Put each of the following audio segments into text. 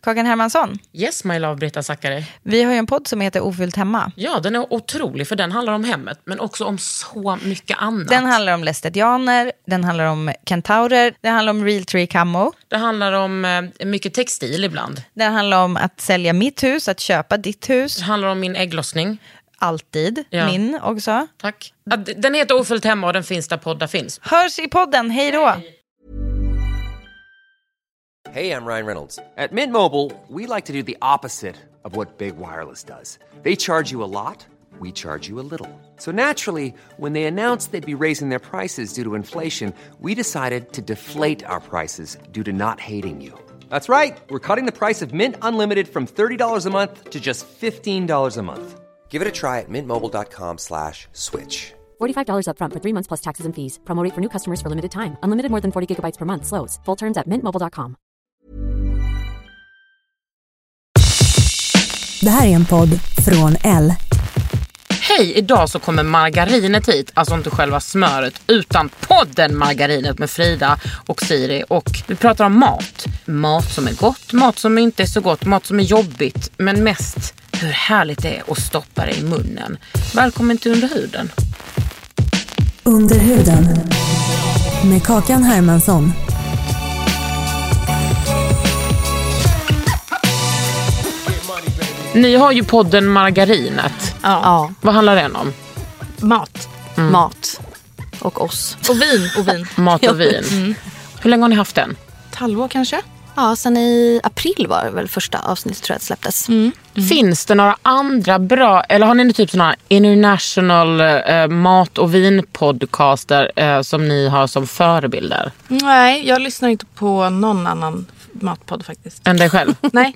Kakan Hermansson. Yes, my love, Britta Zackari. Vi har ju en podd som heter Ofyllt hemma. Ja, den är otrolig för den handlar om hemmet, men också om så mycket annat. Den handlar om lästetianer, den handlar om kentaurer, den handlar om real tree camo. Det handlar om mycket textil ibland. Den handlar om att sälja mitt hus, att köpa ditt hus. Det handlar om min ägglossning. Alltid, min också. Tack. Den heter Ofyllt hemma och den finns där poddar finns. Hörs i podden, hej då! Hey, I'm Ryan Reynolds. At Mint Mobile, we like to do the opposite of what Big Wireless does. They charge you a lot, we charge you a little. So naturally, when they announced they'd be raising their prices due to inflation, we decided to deflate our prices due to not hating you. That's right. We're cutting the price of Mint Unlimited from $30 a month to just $15 a month. Give it a try at mintmobile.com/switch. $45 up front for 3 months plus taxes and fees. Promo rate for new customers for limited time. Unlimited more than 40 gigabytes per month. Slows full terms at mintmobile.com. Det här är en podd från L. Hej, idag så kommer margarinet hit. Alltså inte själva smöret, utan podden Margarinet med Frida och Siri. Och vi pratar om mat. Mat som är gott, mat som inte är så gott, mat som är jobbigt. Men mest hur härligt det är att stoppa det i munnen. Välkommen till Under huden. Under huden. Med Kakan Hermansson. Ni har ju podden Margarinet. Ja. Vad handlar den om? Mat. Mat. Och oss. Och vin. Mat och vin. Hur länge har ni haft den? Ett halvår kanske? Ja, sen i april var det väl första avsnittet tror jag släpptes. Finns det några andra bra, eller har ni typ sådana international mat- och vinpodcaster som ni har som förebilder? Nej, jag lyssnar inte på någon annan matpodd faktiskt. Än dig själv? Nej.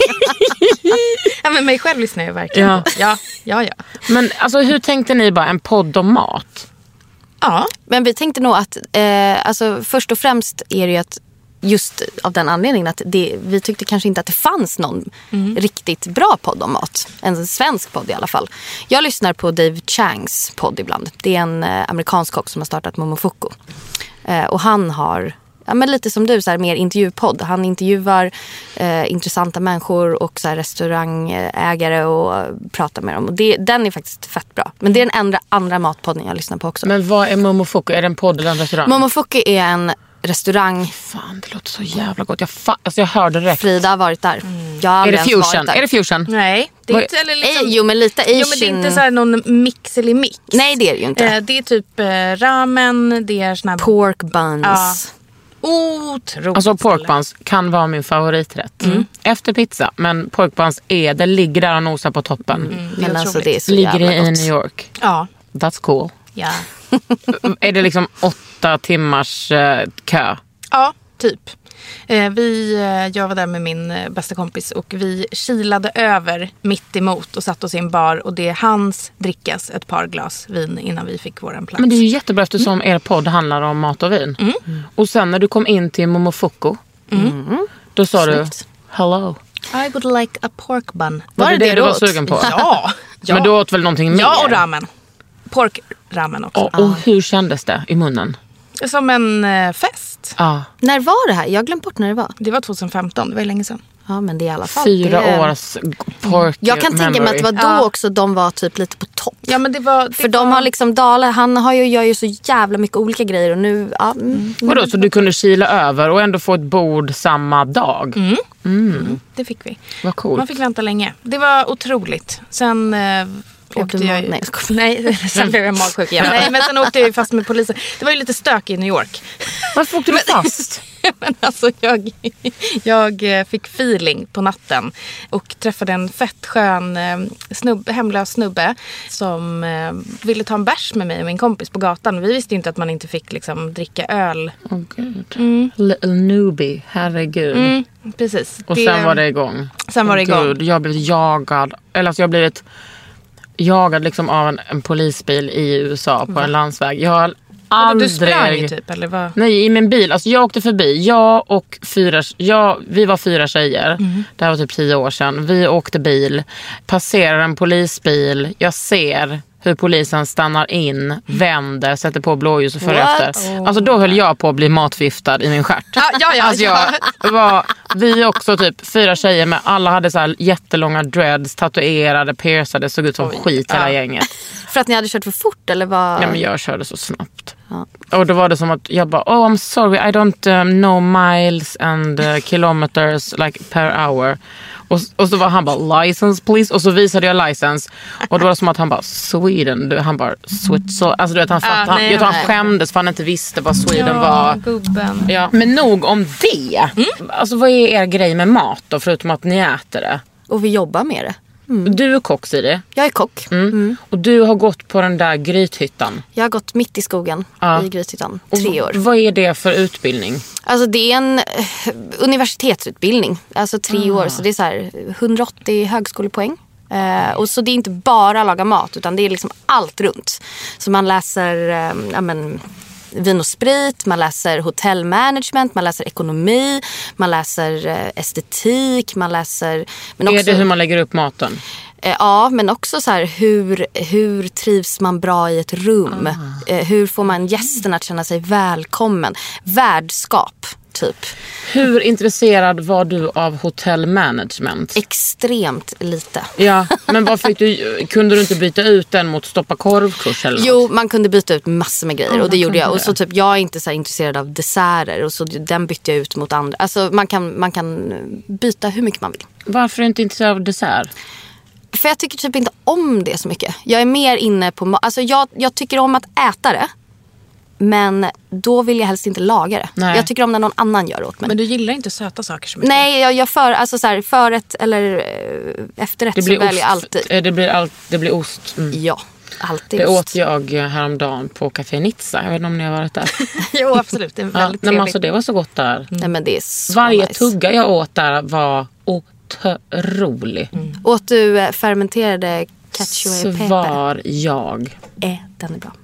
Ja, men mig själv lyssnar jag verkligen på. Ja. Men alltså, hur tänkte ni bara en podd om mat? Ja, men vi tänkte nog att alltså, först och främst är det ju att just av den anledningen att vi tyckte kanske inte att det fanns någon riktigt bra podd om mat. En svensk podd i alla fall. Jag lyssnar på Dave Changs podd ibland. Det är en amerikansk kock som har startat Momofuku. Och han har, ja, men lite som du, så här, mer intervjupodd. Han intervjuar intressanta människor och så här, restaurangägare och pratar med dem. Och den är faktiskt fett bra. Men det är den andra matpodden jag lyssnar på också. Men vad är Momofuku? Är det en podd eller en restaurang? Momofuku är en restaurang. Fan, det låter så jävla gott. Jag hörde direkt. Frida har varit där. Jag har Är det aldrig ens fusion? varit där. Är det fusion? Nej, det är inte eller liksom, jo, men lite Asian. Jo, men det är inte så här någon mix eller mix. Nej, det är det ju inte. Det är typ ramen, det är såna här pork buns. Ja. Otroligt. Alltså pork buns kan vara min favoriträtt. Efter pizza, men pork buns det ligger där och nosar på toppen. Men alltså det är så ligger jävla i gott. New York. Ja. That's cool. Ja. Är det liksom 8 timmars kö? Ja, typ. Jag var där med min bästa kompis och vi kilade över mitt emot och satt oss i en bar och det är hans drickas ett par glas vin innan vi fick våran plats. Men det är ju jättebra eftersom er podd handlar om mat och vin. Och sen när du kom in till Momofuku, då sa Snyggt. du hello. I would like a pork bun. Var det du var åt? sugen på? Ja. Men du åt väl någonting mer? Ja, och ramen. Pork ramen också. Och hur kändes det i munnen? Som en fest. Ja. När var det här? Jag har glömt bort när det var. Det var 2015, det var länge sedan. Ja, men det är i alla fall 4 års pork Jag kan tänka mig att det var då också de var typ lite på topp. Ja, men det var... För de har liksom dalat. Han gör ju så jävla mycket olika grejer och nu... Ja, Vadå, så du kunde kila över och ändå få ett bord samma dag? Det fick vi. Vad coolt. Man fick vänta länge. Det var otroligt. Sen... åkte jag... Nej, sen blev jag magsjuk igen. Nej, men sen åkte jag fast med polisen. Det var ju lite stök i New York. Varför åkte du fast? Men alltså jag fick feeling på natten och träffade en fett skön hemlös snubbe som ville ta en bärs med mig och min kompis på gatan. Vi visste ju inte att man inte fick liksom dricka öl. Åh gud. Little newbie, herregud. Precis. Och sen var det igång. Sen var det igång. Gud, jag har blivit jagad. Eller alltså jag har blivit jagad liksom av en polisbil i USA på en landsväg. Jag har aldrig... Du sprang typ, eller vad? Nej, i min bil. Alltså jag åkte förbi. Vi var 4 tjejer. Det här var typ 10 år sedan. Vi åkte bil. Passerar en polisbil. Jag ser hur polisen stannar in, vänder, sätter på blåljus och följer efter. Alltså då höll jag på att bli matviftad i min stjärt. Vi också typ 4 tjejer med, alla hade så här jättelånga dreads, tatuerade, piercade, såg ut som skit hela gänget. För att ni hade kört för fort eller vad? Nej, men jag körde så snabbt. Ja. Och då var det som att jag bara, I'm sorry, I don't know miles and kilometers like per hour. Och så var han bara, license please. Och så visade jag license. Och då var det som att han bara, Sweden. Han bara, Switzerland. Alltså du vet, han fattade. Jag tror han skämdes för han inte visste vad Sweden var. Gubben. Ja, men nog om det. Alltså vad är er grej med mat då? Förutom att ni äter det. Och vi jobbar med det. Du är kock, Siri. Jag är kock. Och du har gått på den där grythyttan. Jag har gått mitt i skogen i grythyttan. 3 år. Vad är det för utbildning? Alltså det är en universitetsutbildning. Alltså 3 år. Så det är så här 180 högskolepoäng. Och så det är inte bara laga mat utan det är liksom allt runt. Så man läser vin och sprit, man läser hotellmanagement, man läser ekonomi, man läser estetik, man läser... Men också, är det hur man lägger upp maten? Ja, men också så här, hur trivs man bra i ett rum? Hur får man gästerna att känna sig välkommen? Värdskap, typ. Hur intresserad var du av hotellmanagement? Extremt lite. Ja, men vad fick kunde du inte byta ut den mot stoppa korvkurs eller något? Jo, man kunde byta ut massor med grejer och det gjorde jag. Och så typ, jag är inte så här intresserad av desserter och så den bytte jag ut mot andra. Alltså man kan byta hur mycket man vill. Varför är du inte intresserad av dessert? För jag tycker typ inte om det så mycket. Jag är mer inne på... Alltså jag tycker om att äta det. Men då vill jag helst inte laga det. Nej. Jag tycker om när någon annan gör åt mig. Men du gillar inte söta saker så mycket? Nej, jag förrätt eller efterrätt så väljer jag alltid. Det blir ost. Ja, alltid det ost. Åt jag häromdagen på Café Nizza. Jag vet inte om ni har varit där. Jo, absolut. Det är väldigt trevligt. Alltså, det var så gott där. Nej, men det är så varje nice. tugga jag åt där var otrolig. Åt du fermenterade cacio-e-pepe? Svar jag. Den är bra.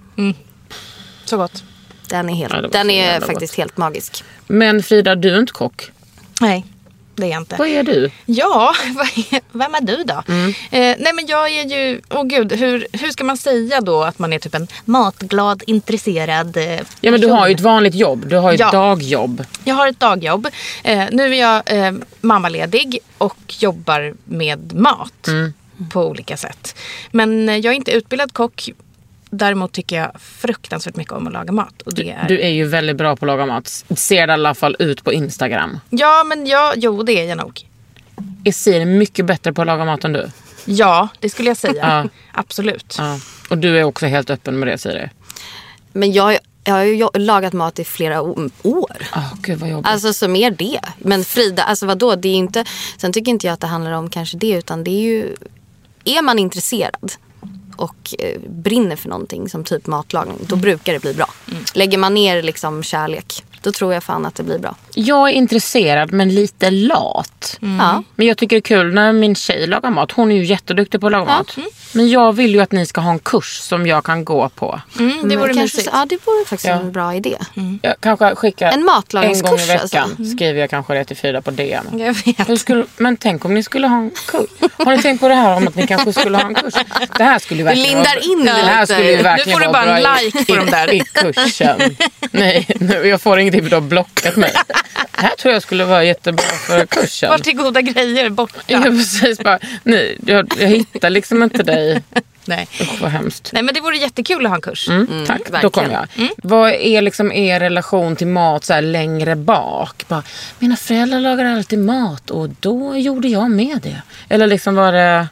Så gott. Den är faktiskt helt magisk. Men Frida, du är inte kock. Nej, det är jag inte. Vad är du? Ja, vem är du då? Nej, men jag är ju... gud, hur ska man säga då att man är typ en matglad, intresserad person? Ja, men du har ju ett vanligt jobb. Du har ju ett dagjobb. Jag har ett dagjobb. Nu är jag mammaledig och jobbar med mat på olika sätt. Men jag är inte utbildad kock. Däremot tycker jag fruktansvärt mycket om att laga mat. Och det är... Du är ju väldigt bra på att laga mat. Ser det i alla fall ut på Instagram. Ja, men det är jag nog. Är Siri mycket bättre på att laga mat än du? Ja, det skulle jag säga. Absolut. Ja. Och du är också helt öppen med det, Siri. Men jag har ju lagat mat i flera år. Gud vad jobbigt. Alltså så mer det. Men Frida, alltså vadå? Det är inte... Sen tycker inte jag att det handlar om kanske det. Utan det är ju... Är man intresserad och brinner för någonting som typ matlagning, då brukar det bli bra. Lägger man ner liksom kärlek, då tror jag fan att det blir bra. Jag är intresserad men lite lat. Ja. Men jag tycker det är kul när min tjej lagar mat. Hon är ju jätteduktig på att laga mat. Men jag vill ju att ni ska ha en kurs som jag kan gå på. Det vore mysigt. Ja, det vore faktiskt en bra idé. Jag kanske skickar en matlagningskurs en gång i veckan. alltså. Skriver jag kanske det till Frida på DM. Jag vet. Men tänk om ni skulle ha en kurs. Har ni tänkt på det här om att ni kanske skulle ha en kurs? Det här skulle ju verkligen lindar in det här skulle ju verkligen nu får du bara en like på de där i kursen. Nej, jag får ingenting för du har blockat mig. Det här tror jag skulle vara jättebra för kursen. Vart är goda grejer borta? Ja, precis. Bara, nej, jag hittar liksom inte dig. Nej. Usch, vad hemskt. Nej, men det vore jättekul att ha en kurs. Tack, verkligen. då kommer jag. Vad är liksom er relation till mat så här längre bak? Bara, mina föräldrar lagar alltid mat och då gjorde jag med det. Eller liksom var det...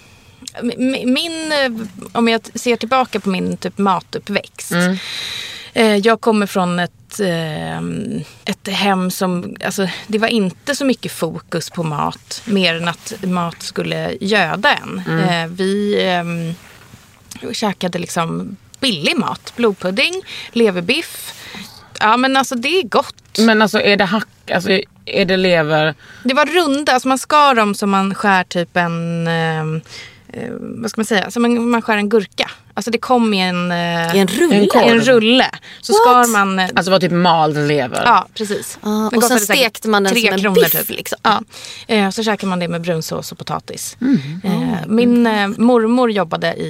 Om jag ser tillbaka på min typ matuppväxt. Jag kommer från ett hem som, alltså, det var inte så mycket fokus på mat, mer än att mat skulle göda en. Vi käkade liksom billig mat, blodpudding, leverbiff. Ja, men alltså det är gott. Men alltså är det hack, alltså är det lever? Det var runda, alltså man skar dem som man skär typ en... vad ska man säga? Så man skär en gurka. Alltså det kom i en rulle. Så skar man... Alltså var typ mald lever. Ja, precis. Och sen stekte man den som en biff typ. liksom. Ja. Så käkade man det med brunsås och potatis. Min mormor jobbade i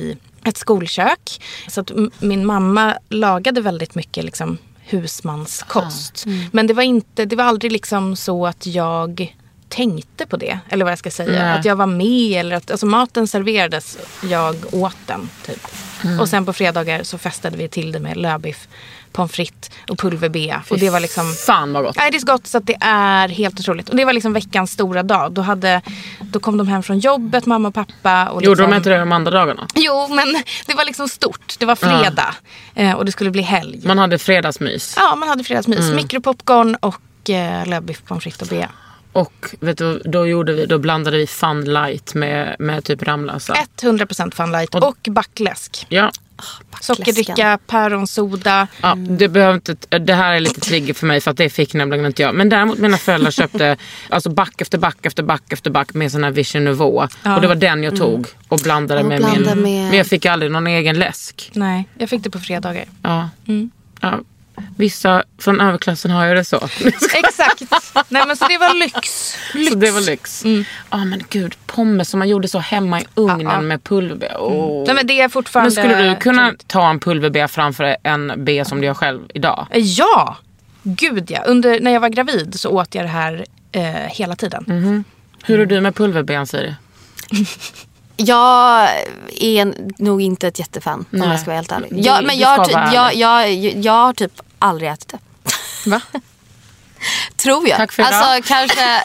ett skolkök. Så att min mamma lagade väldigt mycket liksom husmanskost. Men det var aldrig liksom så att jag tänkte på det. Eller vad jag ska säga. Nej. Att jag var med. Eller att, alltså maten serverades. Jag åt den typ. Och sen på fredagar så festade vi till det med lövbiff, pommes frites och pulverbea. Och det var liksom... Fan vad gott. Nej, det är så gott så att det är helt otroligt. Och det var liksom veckans stora dag. Då kom de hem från jobbet, mamma och pappa. Och Gjorde de inte det de andra dagarna? Jo, men det var liksom stort. Det var fredag. Och det skulle bli helg. Man hade fredagsmys. Ja, man hade fredagsmys. Mikropopcorn och lövbiff, pommes frites och bea. Och vet du, då blandade vi Fun Light med typ Ramlösa. 100% Fun Light och backläsk. Ja. Sockerdricka, päronsoda. Ja, det här är lite trigger för mig för att det fick nämligen inte jag. Men däremot mina föräldrar köpte alltså back efter back efter back efter back med sån här Vision Nouveau. Och det var den jag tog och blandade med min. Men jag fick aldrig någon egen läsk. Nej, jag fick det på fredagar. Ja. Ja. Vissa från överklassen har ju det så. Exakt. Nej, men så det var lyx. Så det var lyx. Men gud, pommes som man gjorde så hemma i ugnen med pulverbea. Nej, men det är fortfarande... Men skulle du kunna ta en pulverbea framför en bea som du gör själv idag? Ja, gud ja. När jag var gravid så åt jag det här hela tiden. Hur är du med pulverbean, säger du? Jag är nog inte ett jättefan, om jag ska vara helt ärlig. Jag har typ aldrig ätit det. Va? Tror jag. Tack för idag. Alltså kanske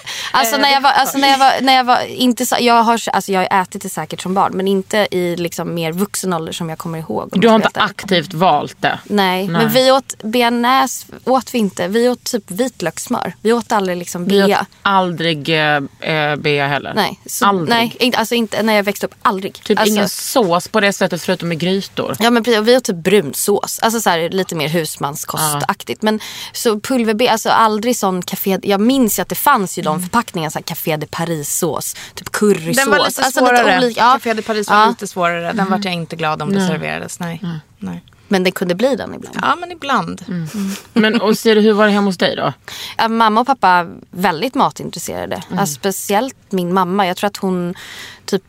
när jag var inte så, jag har ätit det säkert som barn, men inte i liksom mer vuxen ålder som jag kommer ihåg. Du har inte aktivt valt det? Nej, men vi åt bearnaise åt vi inte. Vi åt typ vitlökssmör. Vi åt aldrig liksom bea. Vi åt aldrig bea heller. Nej, aldrig. Nej, alltså inte när jag växte upp, aldrig. Typ alltså, ingen sås på det sättet förutom med grytor. Ja, men vi åt typ brunsås. Alltså så här, lite mer husmanskostaktigt. Men så pulverbea, alltså aldrig sån café. Jag minns ju att det fanns ju de förpackningarna, så här Café de Paris-sås, typ currysås. Den var lite svårare. Café de Paris var lite svårare. Den var jag inte glad om det serverades. Nej. Men det kunde bli den ibland. Ja, men ibland. Men och ser du, hur var det hemma hos dig då? Mamma och pappa väldigt matintresserade. Alltså, speciellt min mamma. Jag tror att hon typ...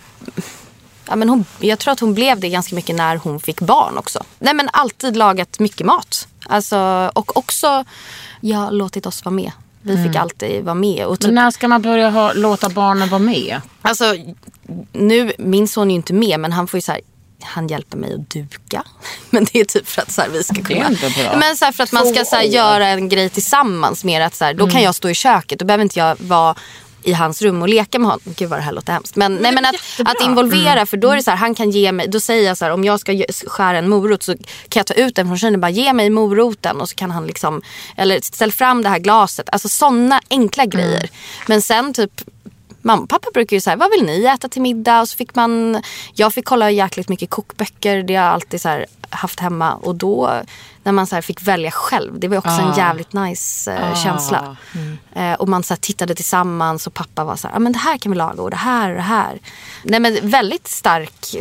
Ja, men jag tror att hon blev det ganska mycket när hon fick barn också. Nej, men alltid lagat mycket mat. Alltså, och också låtit oss vara med. Vi fick alltid vara med. Och typ, men när ska man börja låta barnen vara med? Alltså, nu, min son är ju inte med, men han får ju så här... Han hjälper mig att duka. Men det är typ för att så här, vi ska kunna... Men så här, för att man ska så här, göra en grej tillsammans med att så här, då kan jag stå i köket. Då behöver inte jag vara i hans rum och leka med honom. Gud vad det här låter hemskt. Men att involvera, för då är det så här, han kan ge mig, då säger jag så här, om jag ska skära en morot så kan jag ta ut den från kylen och bara ge mig moroten, och så kan han liksom, eller ställ fram det här glaset. Alltså sådana enkla grejer. Men sen typ mamma och pappa brukar ju säga, vad vill ni äta till middag? Och så fick jag fick kolla jäkligt mycket kokböcker. Det har jag alltid så här haft hemma. Och då, när man så här fick välja själv, det var också en jävligt nice känsla. Och man så här tittade tillsammans och pappa var så här, men det här kan vi laga och det här och det här. Nej, men väldigt stark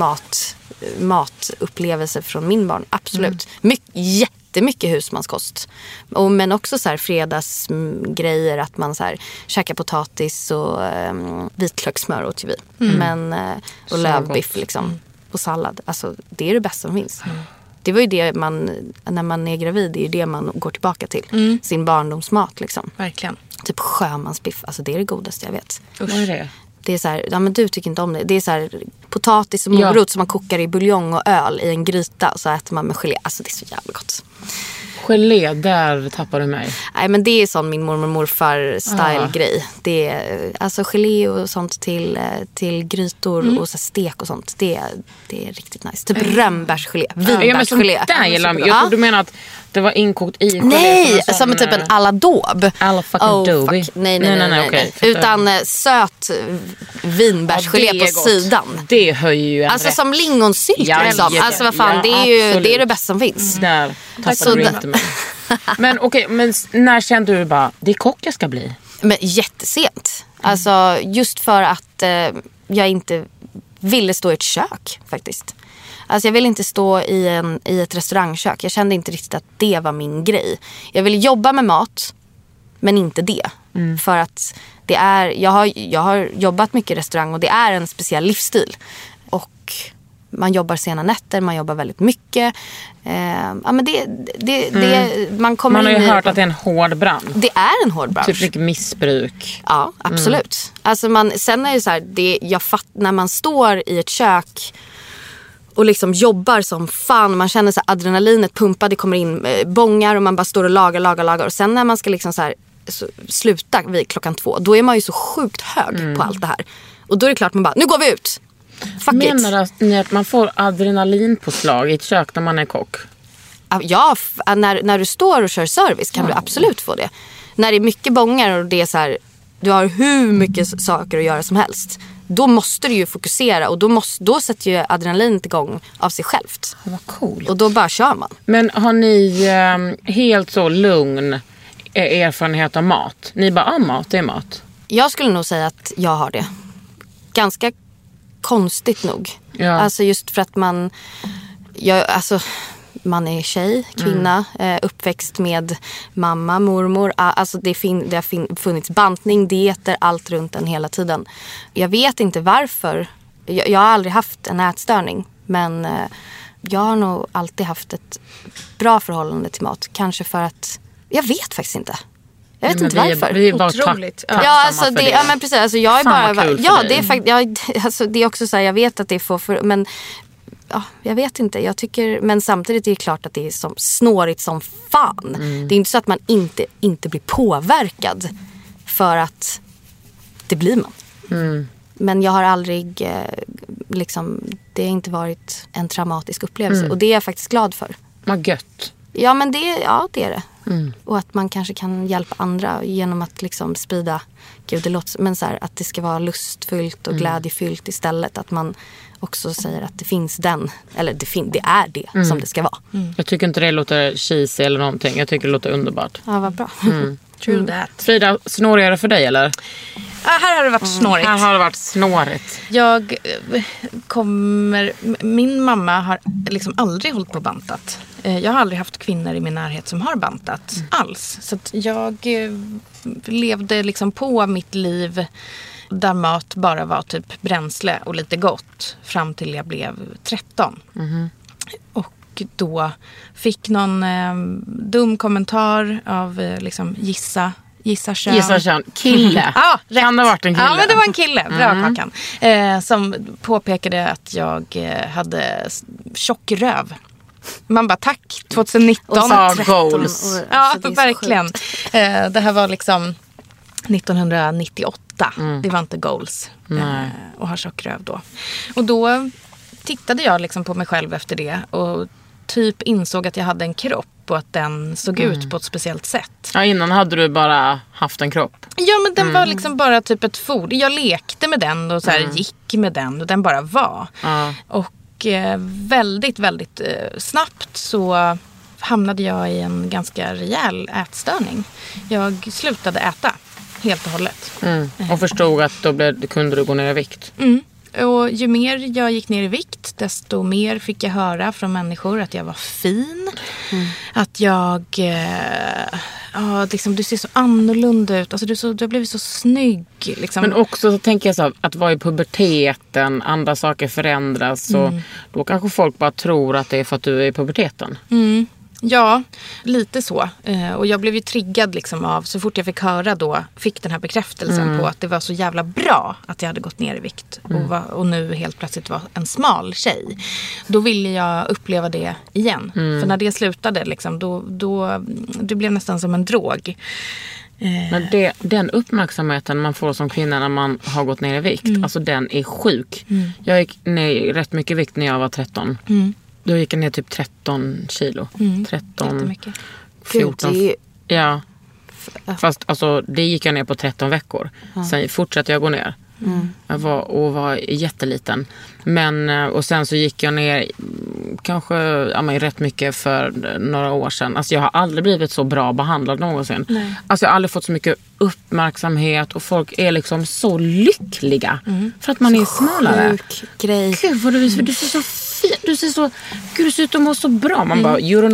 matupplevelse från min barn, absolut. Jättemycket husmanskost. Men också så här fredagsgrejer, att man så här käkar potatis och vitlökssmör åt vi. Men och lövbiff liksom, och sallad. Alltså det är det bästa som finns. Det var ju det när man är gravid, det är ju det man går tillbaka till. Sin barndomsmat liksom. Verkligen. Typ sjömansbiff, alltså det är det godaste jag vet. Vad är det? Det är så här, ja men du tycker inte om det. Det är så här potatis och morot som man kokar i buljong och öl i en gryta, och så äter man med gelé. Alltså det är så jävla gott. Gelé, där tappar du mig. Nej, men det är sån min mormor och morfar style-grej. Det är alltså gelé och sånt till grytor och så stek och sånt. Det är riktigt nice. Typ rönnbärsgelé, vinbärsgelé. Ja, där gillar jag. Jag trodde du menar att det var inkokt i gelé. Nej, som typ en aladåb. Alla fucking doby. Nej. Okay. Utan söt vinbärsgelé på sidan. Det höjer ju en alltså som lingonsylt liksom. Alltså vad fan, det är det bästa som finns. Där tappar du inte mig. Men okej, men när kände du bara, det är kock jag ska bli? Men jättesent. Alltså just för att jag inte ville stå i ett kök faktiskt. Alltså jag ville inte stå i ett restaurangkök. Jag kände inte riktigt att det var min grej. Jag ville jobba med mat, men inte det. För att det är, jag har jobbat mycket i restaurang och det är en speciell livsstil. Och man jobbar sena nätter, man jobbar väldigt mycket. Ja, men man kommer man har in ju hört att det är en hård bransch. Det är en hård bransch. Typ mycket missbruk. Ja, absolut. Alltså sen är det så här, när man står i ett kök och liksom jobbar som fan, man känner så här, adrenalinet pumpar, det kommer in bångar och man bara står och lagar. Och sen när man ska liksom så här, sluta vid 2:00, då är man ju så sjukt hög på allt det här. Och då är det klart man bara, nu går vi ut. Menar ni att man får adrenalinpåslag i ett kök när man är kock? Ja, när du står och kör service kan du absolut få det. När det är mycket bångar och det är så här, du har hur mycket saker att göra som helst, då måste du ju fokusera och då sätter ju adrenalinet igång av sig självt. Vad coolt. Och då bara kör man. Men har ni helt så lugn erfarenhet av mat? Ni bara, mat, det är mat. Jag skulle nog säga att jag har det. Ganska konstigt nog. Ja. Alltså just för att man är tjej, kvinna, uppväxt med mamma, mormor. Alltså det har funnits bantning, dieter, allt runt den hela tiden. Jag vet inte varför. Jag har aldrig haft en ätstörning. Men jag har nog alltid haft ett bra förhållande till mat. Kanske för att, jag vet faktiskt inte. Jag vet inte varför. Vi är bara otroligt. Ja, alltså det. Ja, men precis. Alltså jag är fan bara. Ja, det är faktiskt. Alltså det är också så här, jag vet att det får men. Ja, jag vet inte. Jag tycker, men samtidigt är det klart att det är som snårigt som fan. Det är inte så att man inte blir påverkad, för att det blir man. Men jag har aldrig liksom, det har inte varit en traumatisk upplevelse och det är jag faktiskt glad för. Vad gött. Ja, men det är det. Och att man kanske kan hjälpa andra genom att liksom sprida, gud det låter, men så här, att det ska vara lustfyllt och glädjefyllt istället. Att man också säger att det finns det är det som det ska vara. Jag tycker inte det låter cheesy eller någonting. Jag tycker det låter underbart. Ja, vad bra. True that. Frida, snårigare för dig eller? Här har det varit snårigt. Här har det varit snårigt. Min mamma har liksom aldrig hållit på bantat. Jag har aldrig haft kvinnor i min närhet som har bantat alls. Så att jag levde liksom på mitt liv där mat bara var typ bränsle och lite gott fram till jag blev 13. Och då fick någon dum kommentar av liksom gissa kön. Kille. Ja, rätt. Kan det ha varit en kille? Ja, men det var en kille. Bra, Kakan. Som påpekade att jag hade tjock röv. Man bara, tack, 2019. Och sa goals. Ja, verkligen. Det här var liksom 1998. Det var inte goals. Och ha tjock röv då. Och då tittade jag liksom på mig själv efter det och typ insåg att jag hade en kropp och att den såg ut på ett speciellt sätt. Ja, innan hade du bara haft en kropp. Ja, men den var liksom bara typ ett fod. Jag lekte med den och så här gick med den och den bara var. Och väldigt, väldigt snabbt så hamnade jag i en ganska rejäl ätstörning. Jag slutade äta helt och hållet. Och förstod att då kunde du gå ner i vikt. Och ju mer jag gick ner i vikt, desto mer fick jag höra från människor att jag var fin. Att jag liksom, du ser så annorlunda ut. Alltså du har blivit så snygg liksom. Men också så tänker jag så att vara i puberteten, andra saker förändras, så då kanske folk bara tror att det är för att du är i puberteten. Ja, lite så. Och jag blev ju triggad liksom av, så fort jag fick den här bekräftelsen på att det var så jävla bra att jag hade gått ner i vikt och nu helt plötsligt var en smal tjej. Då ville jag uppleva det igen. För när det slutade liksom, då det blev nästan som en drog. Men den uppmärksamheten man får som kvinna när man har gått ner i vikt, alltså den är sjuk. Jag gick ner rätt mycket vikt när jag var 13. Då gick jag ner typ 13 kilo. 13, 14. Gud, ja. Fast alltså, det gick jag ner på 13 veckor. Sen fortsatte jag gå ner. Jag var jätteliten. Men, och sen så gick jag ner kanske rätt mycket för några år sedan. Alltså jag har aldrig blivit så bra behandlad någonsin. Nej. Alltså jag har aldrig fått så mycket uppmärksamhet och folk är liksom så lyckliga för att man är smalare. Sjuk grej. Gud vad du ser så fin. Du ser ut att må så bra. Man bara, you don't know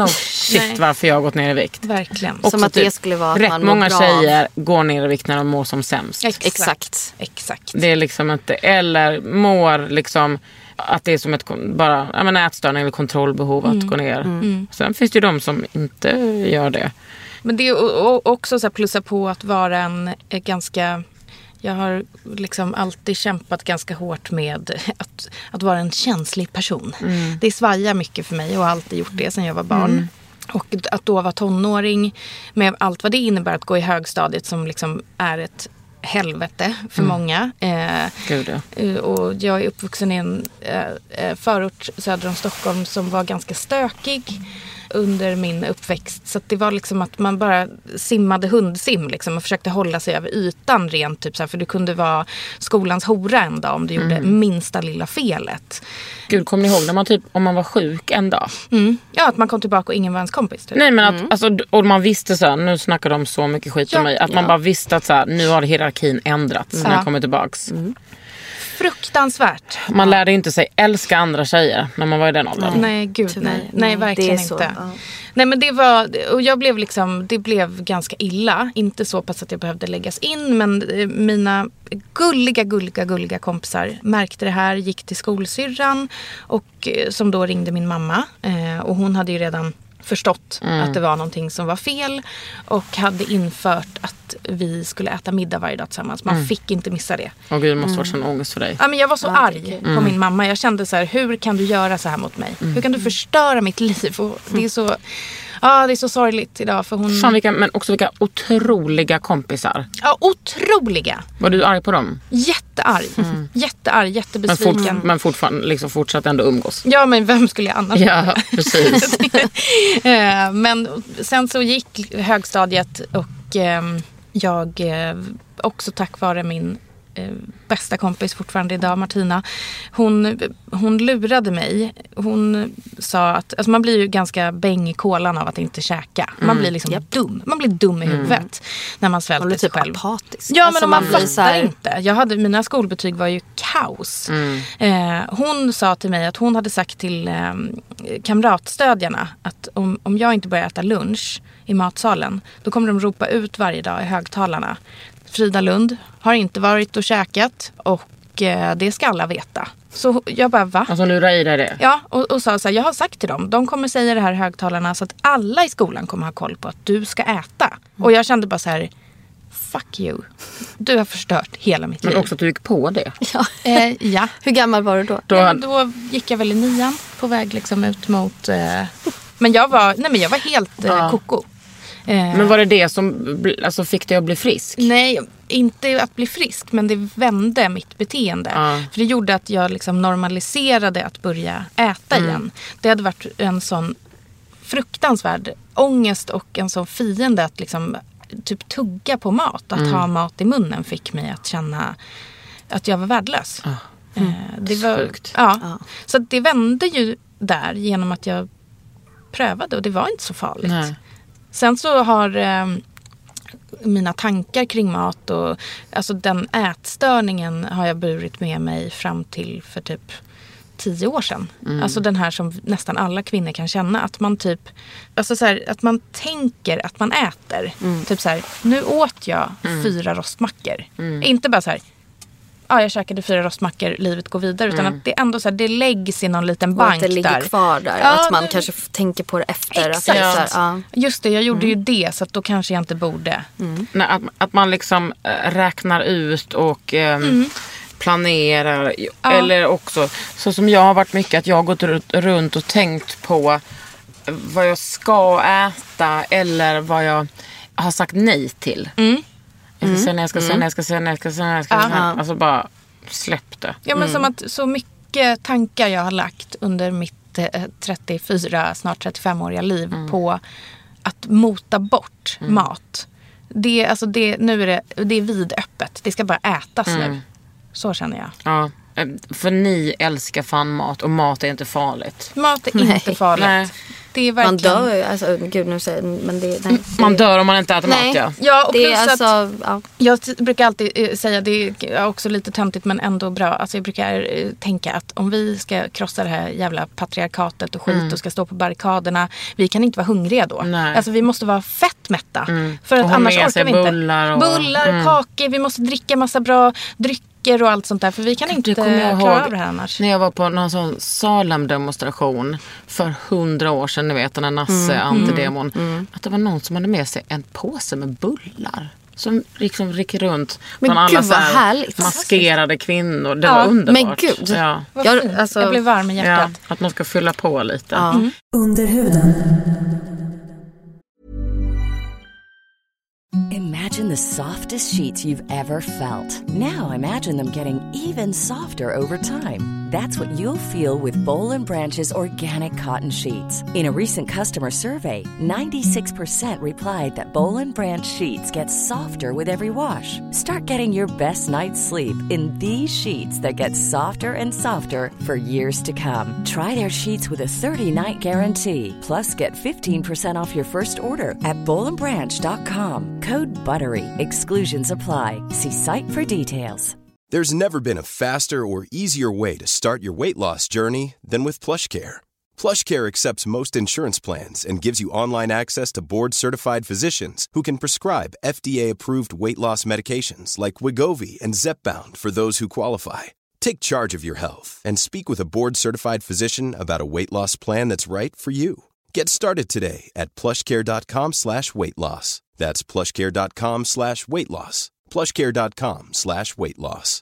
shit varför jag har gått ner i vikt. Verkligen. Också Som att det skulle vara att rätt man mår många bra tjejer går ner i vikt när de mår som sämst. Exakt. Det är liksom inte, eller mår liksom att det är som ett bara ätstörning eller kontrollbehov att gå ner. Sen finns det ju de som inte gör det. Men det är också så här plussa på att vara en ganska... Jag har liksom alltid kämpat ganska hårt med att vara en känslig person. Det svajar mycket för mig och har alltid gjort det sedan jag var barn. Och att då vara tonåring med allt vad det innebär att gå i högstadiet som liksom är ett helvete för många. Gud, ja. Och jag är uppvuxen i en förort söder om Stockholm som var ganska stökig under min uppväxt. Så att det var liksom att man bara simmade hundsim liksom, och försökte hålla sig över ytan rent. Typ, så här, för du kunde vara skolans hora en dag om du gjorde minsta lilla felet. Gud, kommer ni ihåg när man typ, om man var sjuk en dag? Ja, att man kom tillbaka och ingen var ens kompis. Typ. Nej, men att, alltså, och man visste så här, nu snackar de så mycket skit om mig. Att man bara visste att så här, nu har hierarkin ändrats när jag kommer tillbaks. Fruktansvärt. Man lärde inte sig älska andra tjejer när man var i den åldern. Nej, gud nej. Nej, verkligen så, inte. ja. Nej, men det var, och jag blev liksom, det blev ganska illa. Inte så pass att jag behövde läggas in, men mina gulliga kompisar märkte det här, gick till skolsyrran och som då ringde min mamma. Och hon hade ju redan förstått att det var någonting som var fel och hade infört att vi skulle äta middag varje dag tillsammans. Man fick inte missa det. Åh gud, det måste vara sån ångest för dig. Ja, men jag var så arg på min mamma. Jag kände så här, hur kan du göra så här mot mig? Hur kan du förstöra mitt liv? Och det är så... Ja, det är så sorgligt idag för hon... Fan, men också vilka otroliga kompisar. Ja, otroliga. Var du arg på dem? Jättearg. Jättearg, jättebesviken. Men fortfarande liksom fortsatt ändå umgås. Ja, men vem skulle jag annars? Ja, precis. Men sen så gick högstadiet och jag också tack vare min bästa kompis fortfarande idag, Martina. Hon lurade mig. Hon sa att alltså man blir ju ganska bäng i kolan av att inte käka. Man blir liksom dum. Man blir dum i huvudet när man svälter sig typ själv. apatisk. Ja, alltså, men man fattar så här... inte. Mina skolbetyg var ju kaos. Hon sa till mig att hon hade sagt till kamratstödjarna att om jag inte börjar äta lunch i matsalen, då kommer de ropa ut varje dag i högtalarna: Frida Lund har inte varit och käkat och det ska alla veta. Så jag bara, va? Alltså lurar i dig det? Ja, och sa så här, jag har sagt till dem, de kommer säga det här i högtalarna så att alla i skolan kommer ha koll på att du ska äta. Och jag kände bara så här, fuck you. Du har förstört hela mitt liv. Men också att du gick på det. Ja. Ja. Hur gammal var du då? Då gick jag väl i 9 på väg liksom ut mot... Men jag var helt koko. Men var det som alltså, fick dig att bli frisk? Nej, inte att bli frisk, men det vände mitt beteende. För det gjorde att jag liksom normaliserade att börja äta igen. Det hade varit en sån fruktansvärd ångest och en sån fiende att liksom typ tugga på mat. Att ha mat i munnen fick mig att känna att jag var värdelös. Det var sjukt. Ja. Så det vände ju där genom att jag prövade och det var inte så farligt. Nej. Sen så har mina tankar kring mat och alltså den ätstörningen har jag burit med mig fram till för typ 10 år sedan. Alltså den här som nästan alla kvinnor kan känna, att man typ alltså så här, att man tänker att man äter. Typ så här, nu åt jag 4 rostmackor. Inte bara så här, jag käkade 4 rostmackor, livet går vidare. Utan att det ändå så här, det läggs i någon liten bank där. Att det ligger kvar där. Att man kanske tänker på det efter. Exakt. Att det just det, jag gjorde ju det. Så att då kanske jag inte borde. Nej, att man liksom räknar ut och planerar. Eller också, så som jag har varit mycket, att jag har gått runt och tänkt på vad jag ska äta. Eller vad jag har sagt nej till. Jag ska säga. Alltså bara släpp det. Ja, men som att så mycket tankar jag har lagt under mitt 34, snart 35-åriga liv på att mota bort mat. Nu är det är vidöppet. Det ska bara ätas nu. Så känner jag. Ja. För ni älskar fan mat och mat är inte farligt. Mat är inte farligt. Nej. Det är verkligen... Man dör, alltså gud nu säger men det, nej, Man dör om man inte äter nej. mat, ja. Ja, och det plus är alltså, att ja. jag brukar alltid säga, det är också lite töntigt men ändå bra. Alltså jag brukar tänka att om vi ska krossa det här jävla patriarkatet och skit och ska stå på barrikaderna, vi kan inte vara hungriga då. Nej. Alltså vi måste vara fett mätta. För att Och ha annars med orkar sig vi inte. bullar och- kakor, vi måste dricka massa bra drycker och allt sånt där. För vi kan inte kommer jag klara ihåg av det här annars. när jag var på någon sån Salem-demonstration för 100 år sedan, ni vet, den här Nasse-antidemon. Att det var någon som hade med sig en påse med bullar. Som liksom gick runt Men från alla gud, så vad här härligt. maskerade kvinnor. Det var underbart. Men gud. Ja. Jag blev varm i Ja, hjärtat. att man ska fylla på lite. Ja. Under huden. Imagine the softest sheets you've ever felt. Now imagine them getting even softer over time. That's what you'll feel with Boll & Branch's organic cotton sheets. In a recent customer survey, 96% replied that Boll & Branch sheets get softer with every wash. Start getting your best night's sleep in these sheets that get softer and softer for years to come. Try their sheets with a 30-night guarantee. Plus, get 15% off your first order at bollandbranch.com. Code BUTTERY. Exclusions apply. See site for details. There's never been a faster or easier way to start your weight loss journey than with PlushCare. PlushCare accepts most insurance plans and gives you online access to board-certified physicians who can prescribe FDA-approved weight loss medications like Wegovy and Zepbound for those who qualify. Take charge of your health and speak with a board-certified physician about a weight loss plan that's right for you. Get started today at plushcare.com/weightloss. That's plushcare.com/weightloss. plushcare.com/weightloss.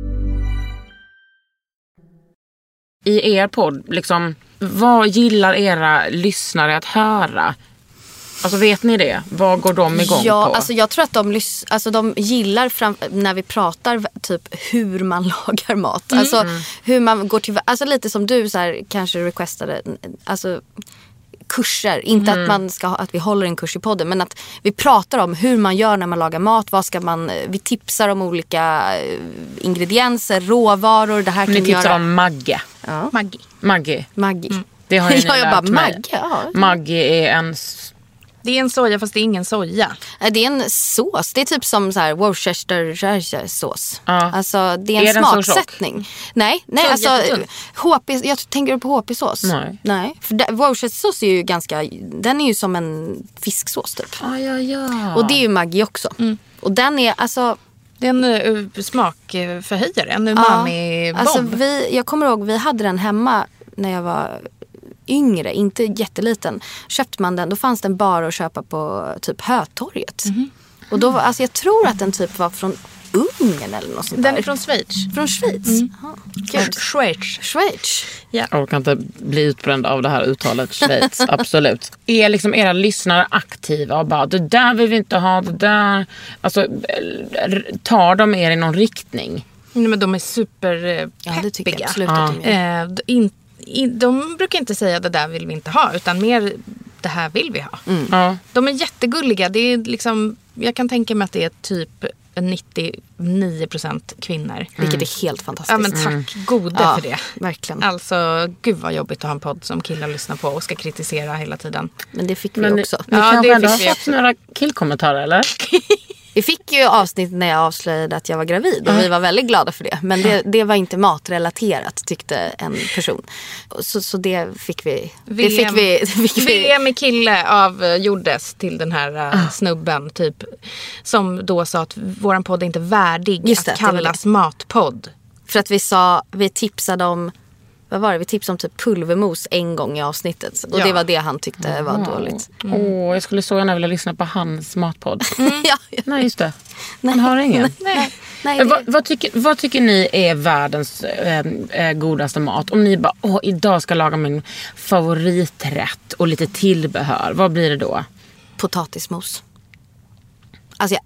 I er podd, liksom, vad gillar era lyssnare att höra? Alltså vet ni det? Vad går de igång Ja, på? alltså jag tror att de gillar när vi pratar typ hur man lagar mat. Alltså hur man går till, alltså lite som du så här, kanske requestade, alltså kurser, inte att man ska att vi håller en kurs i podden, men att vi pratar om hur man gör när man lagar mat, vad ska man, vi tipsar om olika ingredienser, råvaror, det här kan Ni vi tipsar göra. om Magge. Ja. Maggi. Det har ju ni jag lärt bara mig. Magge, ja. Maggi är en... Det är en soja fast det är ingen soja. Det är en sås. Det är typ som så här Worcestershire-sås. Ja. Alltså det är en Är den så smaksättning. Nej, Så alltså jättetunn. jag tänker på HP-sås. Nej. För Worcestersås är ju ganska, den är ju som en fisksås typ. Ja. Och det är ju Maggi också. Och den är alltså Det är en smakförhöjare, en umami-bomb. alltså jag kommer ihåg vi hade den hemma när jag var yngre, inte jätteliten. Köpte man den, då fanns den bara att köpa på typ Hötorget. Och då var, alltså jag tror att den typ var från Ungern eller något sånt där. Den är från Schweiz. Från Schweiz. Ja, gud. Schweiz. Jag kan inte bli utbränd av det här uttalet Schweiz, absolut. Är liksom era lyssnare aktiva och bara, det där vill vi inte ha, det där. Alltså, tar de er i någon riktning? Nej, men de är superpeppiga. Ja, det tycker jag absolut att de är. De brukar inte säga det där vill vi inte ha, utan mer det här vill vi ha. Ja. De är jättegulliga. Det är liksom, jag kan tänka mig att det är typ 99% kvinnor. Vilket är helt fantastiskt. Ja, men tack gode för det. Verkligen. Alltså, gud vad jobbigt att ha en podd som killar lyssnar på och ska kritisera hela tiden. Men det fick vi också. Ni Ja, kanske det ändå fick har vi fått också. några killkommentarer, eller? Vi fick ju avsnitt när jag avslöjade att jag var gravid och vi var väldigt glada för det. Men det var inte matrelaterat, tyckte en person. Så det fick vi. VM i kille avgjordes till den här snubben typ, som då sa att våran podd är inte värdig Just det, att det var kallas matpodd. För att vi tipsade om, vad var det? Vi tipsade om typ pulvermos en gång i avsnittet. Och det var det han tyckte var dåligt. Jag skulle så gärna vilja lyssna på hans matpodd. Ja. Nej, just det. Han har ingen. Nej, Vad tycker ni är världens godaste mat? Om ni bara, idag ska jag laga min favoriträtt och lite tillbehör. Vad blir det då? potatismos. Alltså jag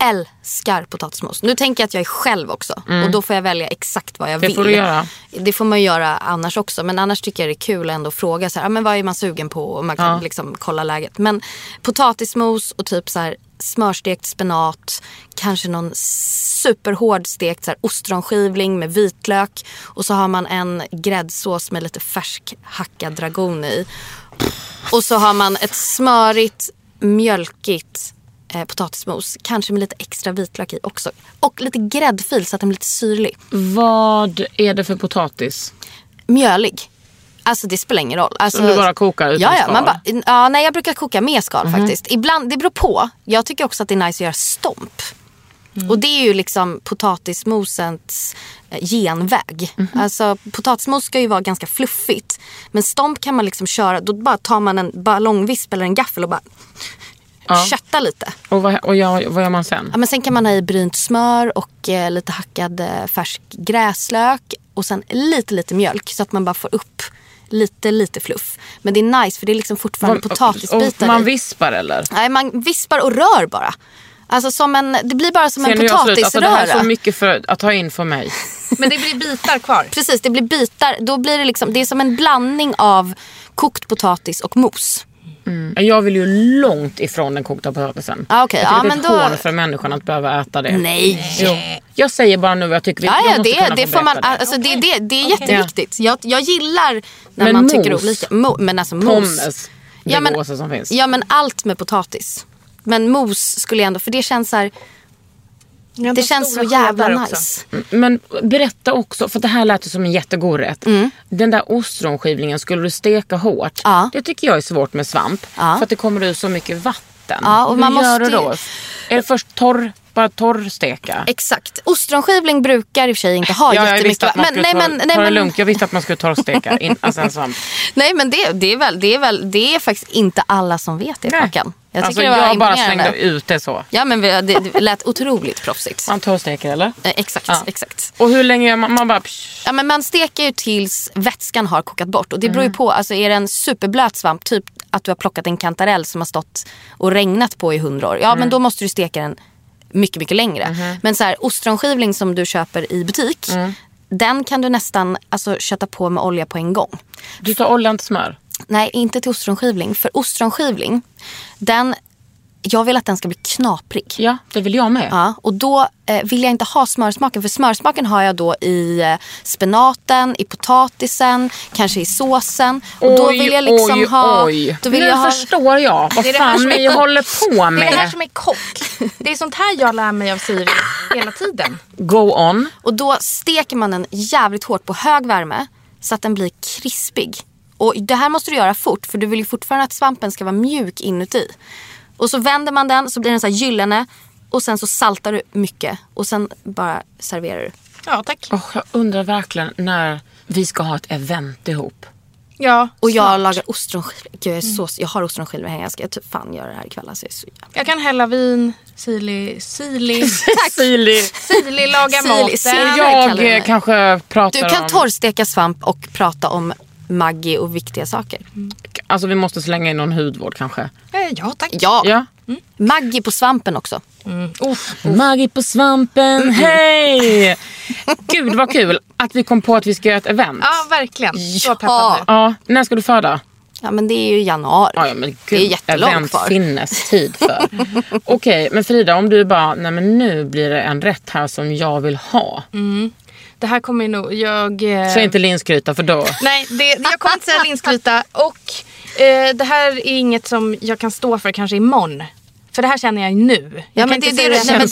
älskar potatismos. Nu tänker jag att jag är själv också. Och då får jag välja exakt vad jag vill. Det får du göra. Det får man göra annars också. Men annars tycker jag det är kul ändå att fråga så här, men vad är man sugen på? Och man kan liksom kolla läget. Men potatismos och typ så här smörstekt spenat, kanske någon superhård stekt så här ostronskivling med vitlök. Och så har man en gräddsås med lite färsk hackad dragon i. Och så har man ett smörigt, mjölkigt potatismos. Kanske med lite extra vitlök i också. Och lite gräddfil så att den blir lite syrlig. Vad är det för potatis? Mjölig. Alltså det spelar ingen roll. Alltså, som du bara kokar utan skal? Nej, jag brukar koka med skal faktiskt. Ibland, det beror på. Jag tycker också att det är nice att göra stomp. Och det är ju liksom potatismosens genväg. Alltså potatismos ska ju vara ganska fluffigt. Men stomp kan man liksom köra. Då bara tar man en ballongvisp eller en gaffel och bara kötta lite. Och vad gör man sen? Ja, men sen kan man ha i brynt smör och lite hackad färsk gräslök. Och sen lite mjölk så att man bara får upp lite fluff. Men det är nice för det är liksom fortfarande potatisbitar. Och man vispar eller? Nej, man vispar och rör bara. Alltså det blir bara som en potatisröra. Alltså det här är så mycket för att ta in för mig. Men det blir bitar kvar. Precis, det blir bitar. Då blir det liksom, det är som en blandning av kokt potatis och mos. Jag vill ju långt ifrån den kokta potatisen. Okay. Jag tycker det är ett hål för människan att behöva äta det. Nej. Jo. Jag säger bara nu vad jag tycker. Det får man, alltså det är jätteviktigt. Jag gillar när man tycker olika. Men alltså mos. Pommes. Det som finns. Ja, men allt med potatis. Men mos skulle jag ändå, för det känns så här. Det känns så jävla nice. Men berätta också, för det här lät som en jättegod rätt. Den där ostronskivlingen skulle du steka hårt. Det tycker jag är svårt med svamp. För att det kommer ut så mycket vatten. Och hur gör du då? Är det först bara torrsteka? Exakt. Ostronskivling brukar i och för sig inte ha jättemycket. Ta det lugnt. Jag visste att man skulle torrsteka alltså en svamp. Nej, men det är faktiskt inte alla som vet det, Kakan. Jag bara slängde ut det så. Ja, men det lät otroligt proffsigt. Man torrsteker eller? Exakt. Och hur länge gör man bara... Ja, men man steker ju tills vätskan har kokat bort. Och det beror ju på, alltså är det en superblöt svamp, typ att du har plockat en kantarell som har stått och regnat på i 100 år. Ja, men då måste du steka den mycket längre. Men så här, ostronskivling som du köper i butik, den kan du nästan köta på med olja på en gång. Du tar oljan till smör? Nej, inte till ostronskivling. För ostronskivling, jag vill att den ska bli knaprig. Ja, det vill jag med. Ja, och då vill jag inte ha smörsmaken. För smörsmaken har jag då i spenaten, i potatisen, kanske i såsen. Och då vill jag liksom ha... Då vill nu förstår jag vad fan ni håller på med. Det är det här som är kock. Det är sånt här jag lär mig av Siri hela tiden. Go on. Och då steker man den jävligt hårt på hög värme så att den blir krispig. Och det här måste du göra fort, för du vill ju fortfarande att svampen ska vara mjuk inuti. Och så vänder man den, så blir den så här gyllene. Och sen så saltar du mycket. Och sen bara serverar du. Ja, tack. Jag undrar verkligen när vi ska ha ett event ihop. Ja, och jag lagar ostronskivling. Gud, jag har ostronskivling här. Jag ska typ fan göra det här ikväll. Alltså, jag kan hälla vin. Sili laga maten. Jag kanske pratar om... Du kan torrsteka svamp och prata om Maggi och viktiga saker. Alltså vi måste slänga in någon hudvård kanske. Ja, tack. Ja. Maggi på svampen också. Maggi på svampen, hej! Gud vad kul att vi kom på att vi ska göra ett event. Ja, verkligen. Så peppad nu. Ja, när ska du föda? Ja, men det är ju januari. Ja, men gud, det är jättelångt kvar. Finnes tid för. Okej, men Frida, om du bara, nej men nu blir det en rätt här som jag vill ha. Det här kommer nog, Säg inte linsgryta för då. Nej, jag kommer inte säga linsgryta. Och det här är inget som jag kan stå för kanske imorgon. För det här känner jag nu. Ja, men det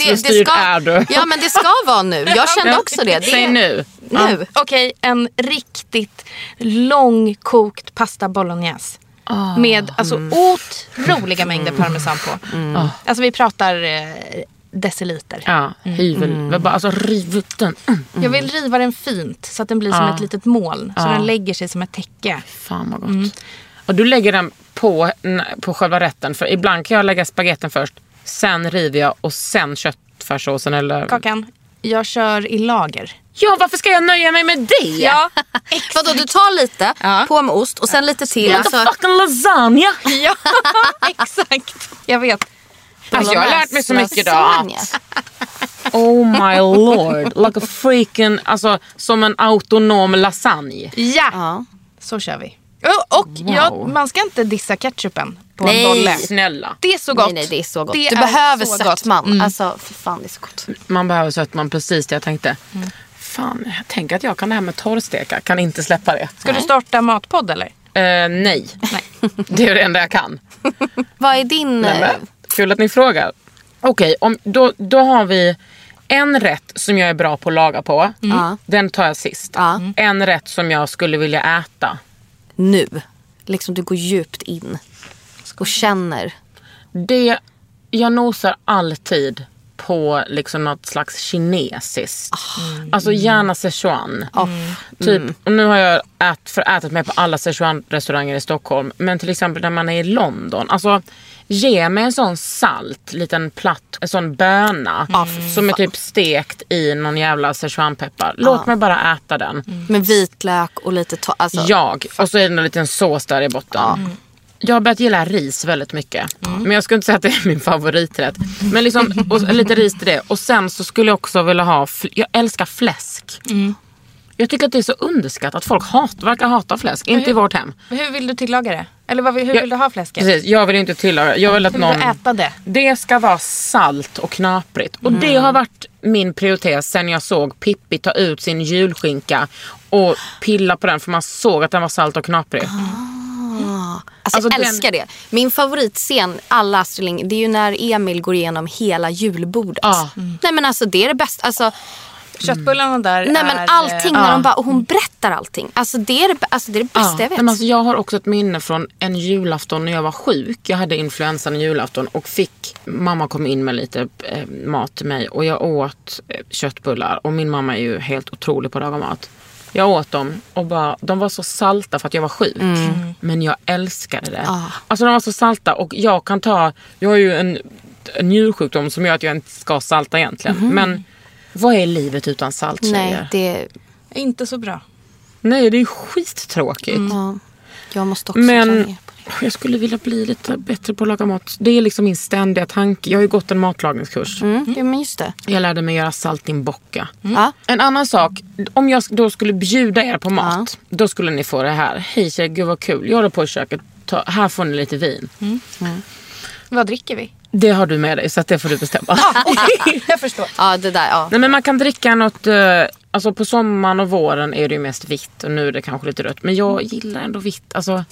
ska vara nu. Jag kände också det. Säg nu. Okej, en riktigt långkokt pasta bolognese. Med otroliga mängder parmesan på. Alltså vi pratar deciliter. Ja, hyvel. Alltså riv upp den. Jag vill riva den fint så att den blir som ett litet moln. Så den lägger sig som ett täcke. Fan vad gott. Och du lägger den på själva rätten. För ibland kan jag lägga spagetten först. Sen river jag och sen köttfärssåsen eller... Kakan, jag kör i lager. Ja, varför ska jag nöja mig med det? Ja, vadå, du tar lite på med ost och sen lite till. Fucking lasagna. Ja, exakt. Jag vet. Alltså jag har lärt mig så mycket idag lasagne. att oh my lord, like a freaking, alltså som en autonom lasagne. Ja, så kör vi. Och man ska inte dissa ketchupen på en bolle. Snälla. Det är så gott. Nej, det är så gott. Det du är behöver så sötman. Alltså, för fan, det är så gott. Man behöver sötman, precis det jag tänkte. Fan, jag tänker att jag kan det här med torrsteka. Kan inte släppa det. Ska du starta matpodd eller? Nej. Det är det enda jag kan. Vad är din... Kul att ni frågar. Okej, då har vi en rätt som jag är bra på att laga på. Den tar jag sist. En rätt som jag skulle vilja äta. Nu. Liksom du går djupt in. Och känner. Jag nosar alltid på liksom något slags kinesiskt. Alltså gärna Sichuan. Typ, och nu har jag ätit mig på alla Sichuan-restauranger i Stockholm. Men till exempel när man är i London. Alltså ge mig en sån salt, liten platt, en sån böna. Som är typ stekt i någon jävla Sichuan-peppar. Låt mig bara äta den. Med vitlök och lite... Och så är det en liten sås där i botten. Jag har börjat gilla ris väldigt mycket. Men jag skulle inte säga att det är min favoriträtt. Men liksom, och lite ris till det. Och sen så skulle jag också vilja ha... Jag älskar fläsk. Jag tycker att det är så underskattat att folk verkar hata fläsk. Inte i vårt hem. Hur vill du tillaga det? Eller hur vill du ha fläsket? Precis, jag vill inte tillaga. Jag vill att Hur vill du äta det? Det ska vara salt och knaprigt. Och det har varit min prioritet sen jag såg Pippi ta ut sin julskinka och pilla på den. För man såg att den var salt och knaprig. Alltså jag älskar det. Min favoritscen, alla Astrid Lindgren, det är ju när Emil går igenom hela julbordet. Nej men alltså det är det bästa. Alltså, köttbullarna där. Nej men allting när de bara, och hon berättar allting. Alltså det är det bästa jag vet. Men alltså, jag har också ett minne från en julafton när jag var sjuk. Jag hade influensan en julafton och mamma kom in med lite mat till mig. Och jag åt köttbullar. Och min mamma är ju helt otrolig på att laga mat. Jag åt dem och de var så salta för att jag var sjuk. Men jag älskade det. Alltså de var så salta och jag har ju en njursjukdom som gör att jag inte ska salta egentligen. Men vad är livet utan salt, tjejer? Nej, det är inte så bra. Nej, det är skittråkigt. Jag måste också ta ner på det. Jag skulle vilja bli lite bättre på att laga mat. Det är liksom min ständiga tanke. Jag har ju gått en matlagningskurs. Ja, men just det. Jag lärde mig göra saltimbocca. En annan sak, om jag då skulle bjuda er på mat, då skulle ni få det här. Hej tjej, gud vad kul. Jag håller på i köket. Här får ni lite vin. Vad dricker vi? Det har du med dig, så att det får du bestämma. Jag förstår. Ja, det där, Nej, men man kan dricka något... Alltså på sommaren och våren är det ju mest vitt. Och nu är det kanske lite rött. Men jag gillar ändå vitt. Alltså...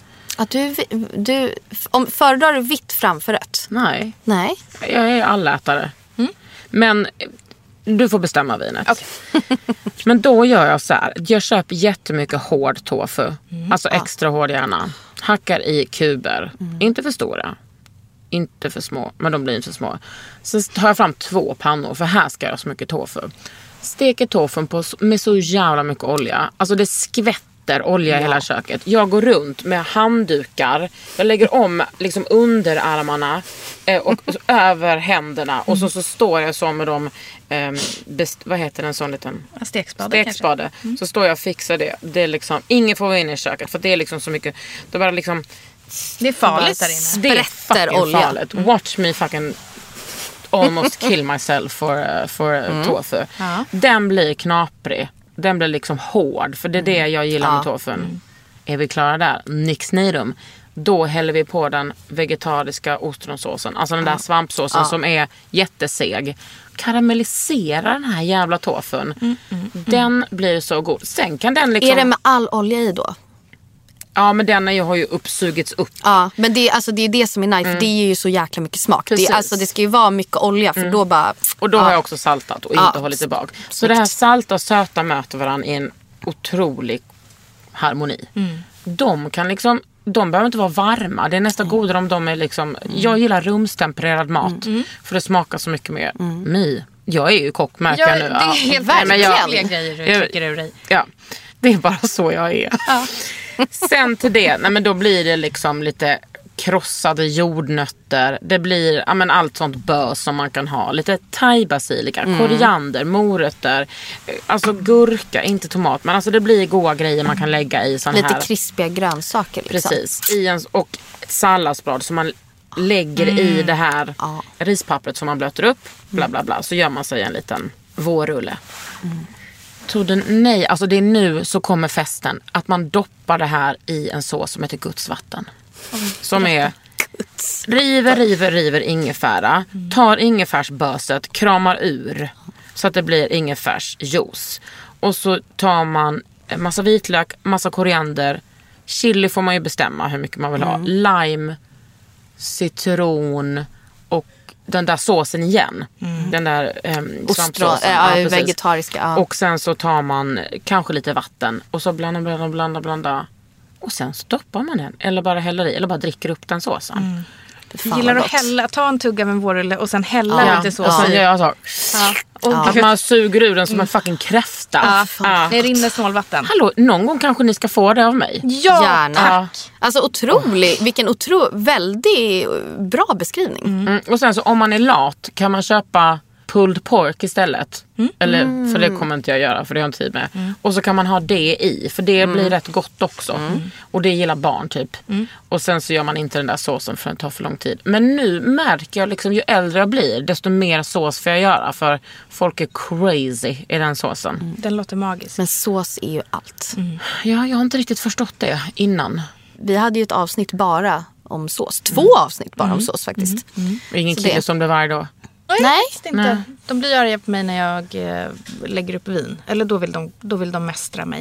föredrar du vitt framför rött? Nej. Jag är allätare. Men du får bestämma vinet. Okay. Men då gör jag så här. Jag köper jättemycket hård tofu. Alltså extra hård gärna. Hackar i kuber. Inte för stora. Inte för små. Men de blir inte för små. Så tar jag fram 2 pannor. För här ska jag ha så mycket tofu. Steker tofun med så jävla mycket olja. Alltså det skvätter olja i hela köket. Jag går runt med handdukar. Jag lägger om liksom underarmarna och över händerna. Och så står jag så med dem. Vad heter en sån liten stekspade. Så står jag och fixar det. Det är liksom, ingen får vara inne i köket. För det är liksom så mycket. Det bara liksom... Det är farligt där inne. Det är fucking farligt. Watch me fucking almost kill myself for tofu. Den blir knaprig. Den blir liksom hård. För det är det jag gillar med tofun. Är vi klara där? Nix nirum. Då häller vi på den vegetariska ostronsåsen. Alltså den där svampsåsen som är jätteseg. Karamellisera den här jävla tofun. Den blir så god. Sen kan den liksom... Är det med all olja i då? Ja, men den har ju uppsugits upp. Ja, men det är det som är nice. För det är ju så jäkla mycket smak. Det ska ju vara mycket olja. För då bara... Och då har jag också saltat och inte hållit tillbaka. Så det här salta och söta möter varandra i en otrolig harmoni. De kan liksom... De behöver inte vara varma. Det är nästan godare om de är liksom... Jag gillar rumstempererad mat. För det smakar så mycket mer. Jag är ju kock, märker jag nu. Det är helt verkliga grejer du tycker ur dig. Ja, det är bara så jag är. Sen till det, men då blir det liksom lite krossade jordnötter. Det blir allt sånt bös som man kan ha. Lite thai-basilika, koriander, morötter. Alltså gurka, inte tomat. Men alltså det blir goda grejer man kan lägga i sån lite här. Lite krispiga grönsaker liksom. Precis. Och ett salladsblad som man lägger i det här rispappret som man blöter upp. Bla bla bla. Så gör man sig en liten vårrulle. Nej, alltså det är nu så kommer festen. Att man doppar det här i en sås som heter gudsvatten. Som är river ingefära. Tar ingefärsböset, kramar ur. Så att det blir ingefärsjuice. Och så tar man massa vitlök, massa koriander. Chili får man ju bestämma hur mycket man vill ha. Lime, citron och den där såsen igen. Den där svampsåsen. Vegetariska. Ja. Och sen så tar man kanske lite vatten. Och så blanda. Och sen stoppar man den. Eller bara häller i. Eller bara dricker upp den såsen. Gillar att ta en tugga av en vårrulle och sen hälla lite sås. Och sen gör jag så. Att man suger ur den som en fucking kräfta. Det rinner snålvatten. Hallå, någon gång kanske ni ska få det av mig. Ja, gärna. Alltså vilken väldigt bra beskrivning. Och sen så om man är lat kan man köpa pulled pork istället. Eller, för det kommer inte jag göra, för det har jag inte tid med. Och så kan man ha det i, för det blir rätt gott också. Och det gillar barn typ. Och sen så gör man inte den där såsen för att det tar för lång tid. Men nu märker jag liksom, ju äldre jag blir, desto mer sås får jag göra. För folk är crazy i den såsen. Den låter magisk. Men sås är ju allt. Ja, jag har inte riktigt förstått det innan. Vi hade ju ett avsnitt bara om sås. 2 avsnitt bara om sås faktiskt. Ingen kille som det varje dag. Nej, inte. De blir arga på mig när jag lägger upp vin. Eller då vill de mästra mig.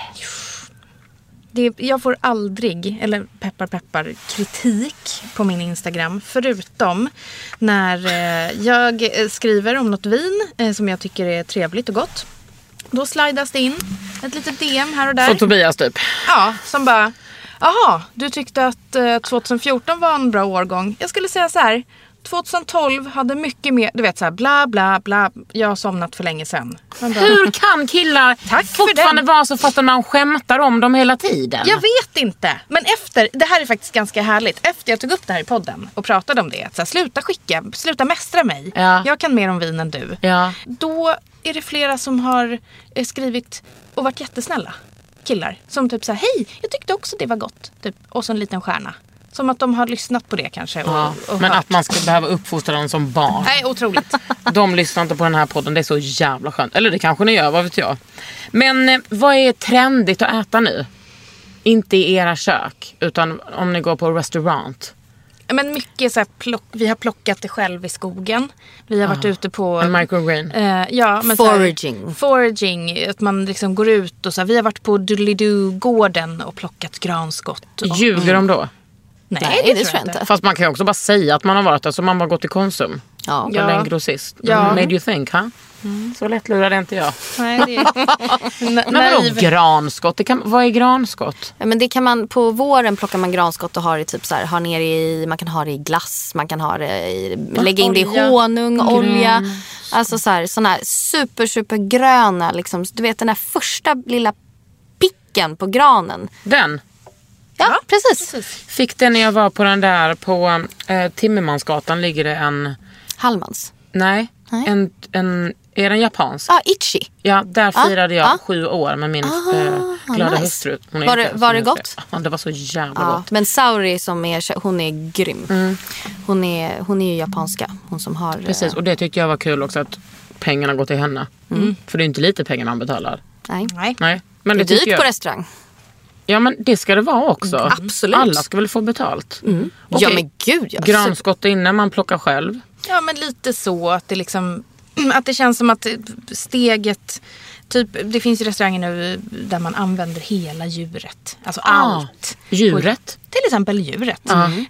Jag får aldrig, eller peppar, kritik på min Instagram. Förutom när jag skriver om något vin som jag tycker är trevligt och gott. Då slidas det in ett litet DM här och där. Från Tobias typ. Ja, som bara, jaha, du tyckte att 2014 var en bra årgång. Jag skulle säga så här. 2012 hade mycket mer, du vet så här, bla bla bla, jag har somnat för länge sedan. Hur kan killar fortfarande vara så fast man skämtar om dem hela tiden? Jag vet inte, men det här är faktiskt ganska härligt. Efter jag tog upp det här i podden och pratade om det, att så här, sluta mästra mig. Jag kan mer om vin än du. Då är det flera som har skrivit och varit jättesnälla killar. Som typ så här, hej, jag tyckte också det var gott. Typ, och så en liten stjärna. Som att de har lyssnat på det kanske. Och men att man ska behöva uppfostra dem som barn. Nej, otroligt. De lyssnar inte på den här podden. Det är så jävla skönt. Eller det kanske ni gör, vad vet jag. Men vad är trendigt att äta nu? Inte i era kök, utan om ni går på restaurant. Men mycket så här vi har plockat det själv i skogen. Vi har varit ute på en microgreen. Men foraging, att man liksom går ut och så här, vi har varit på Doodly-Doo-gården och plockat granskott. Ljuger de då? Nej, det tror jag inte. Fast man kan ju också bara säga att man har varit där, så man bara gått till Konsum. Eller en grossist. Made you think, huh? Så lättlurad är inte jag. Nej, det är... Men vadå granskott? Vad är granskott? Ja, men det kan man, på våren plockar man granskott och har det typ så här, man kan ha det i glass, man kan ha det lägga in det i honung, olja. Alltså så här, såna här super gröna liksom, du vet den där första lilla picken på granen. Den? Ja, precis. Fick den när jag var på den där på Timmermansgatan ligger det en... Hallmans? Nej. Är den japansk? Itchy. Ja, där firade jag 7 år med min glada hustru. Var det gott? Ja, det var så jävla gott. Men Sauri som är, hon är grym. Hon är ju japanska. Hon som har... Precis, och det tyckte jag var kul också att pengarna går till henne. För det är inte lite pengar man betalar. Nej. Men det är dyrt på restaurang. Ja, men det ska det vara också. Absolut. Alla ska väl få betalt. Okay. Ja, men gud. Granskott inne, man plockar själv. Ja, men lite så att det liksom... Att det känns som att steget... Typ, det finns ju restauranger nu där man använder hela djuret. Alltså allt. Djuret? Till exempel djuret.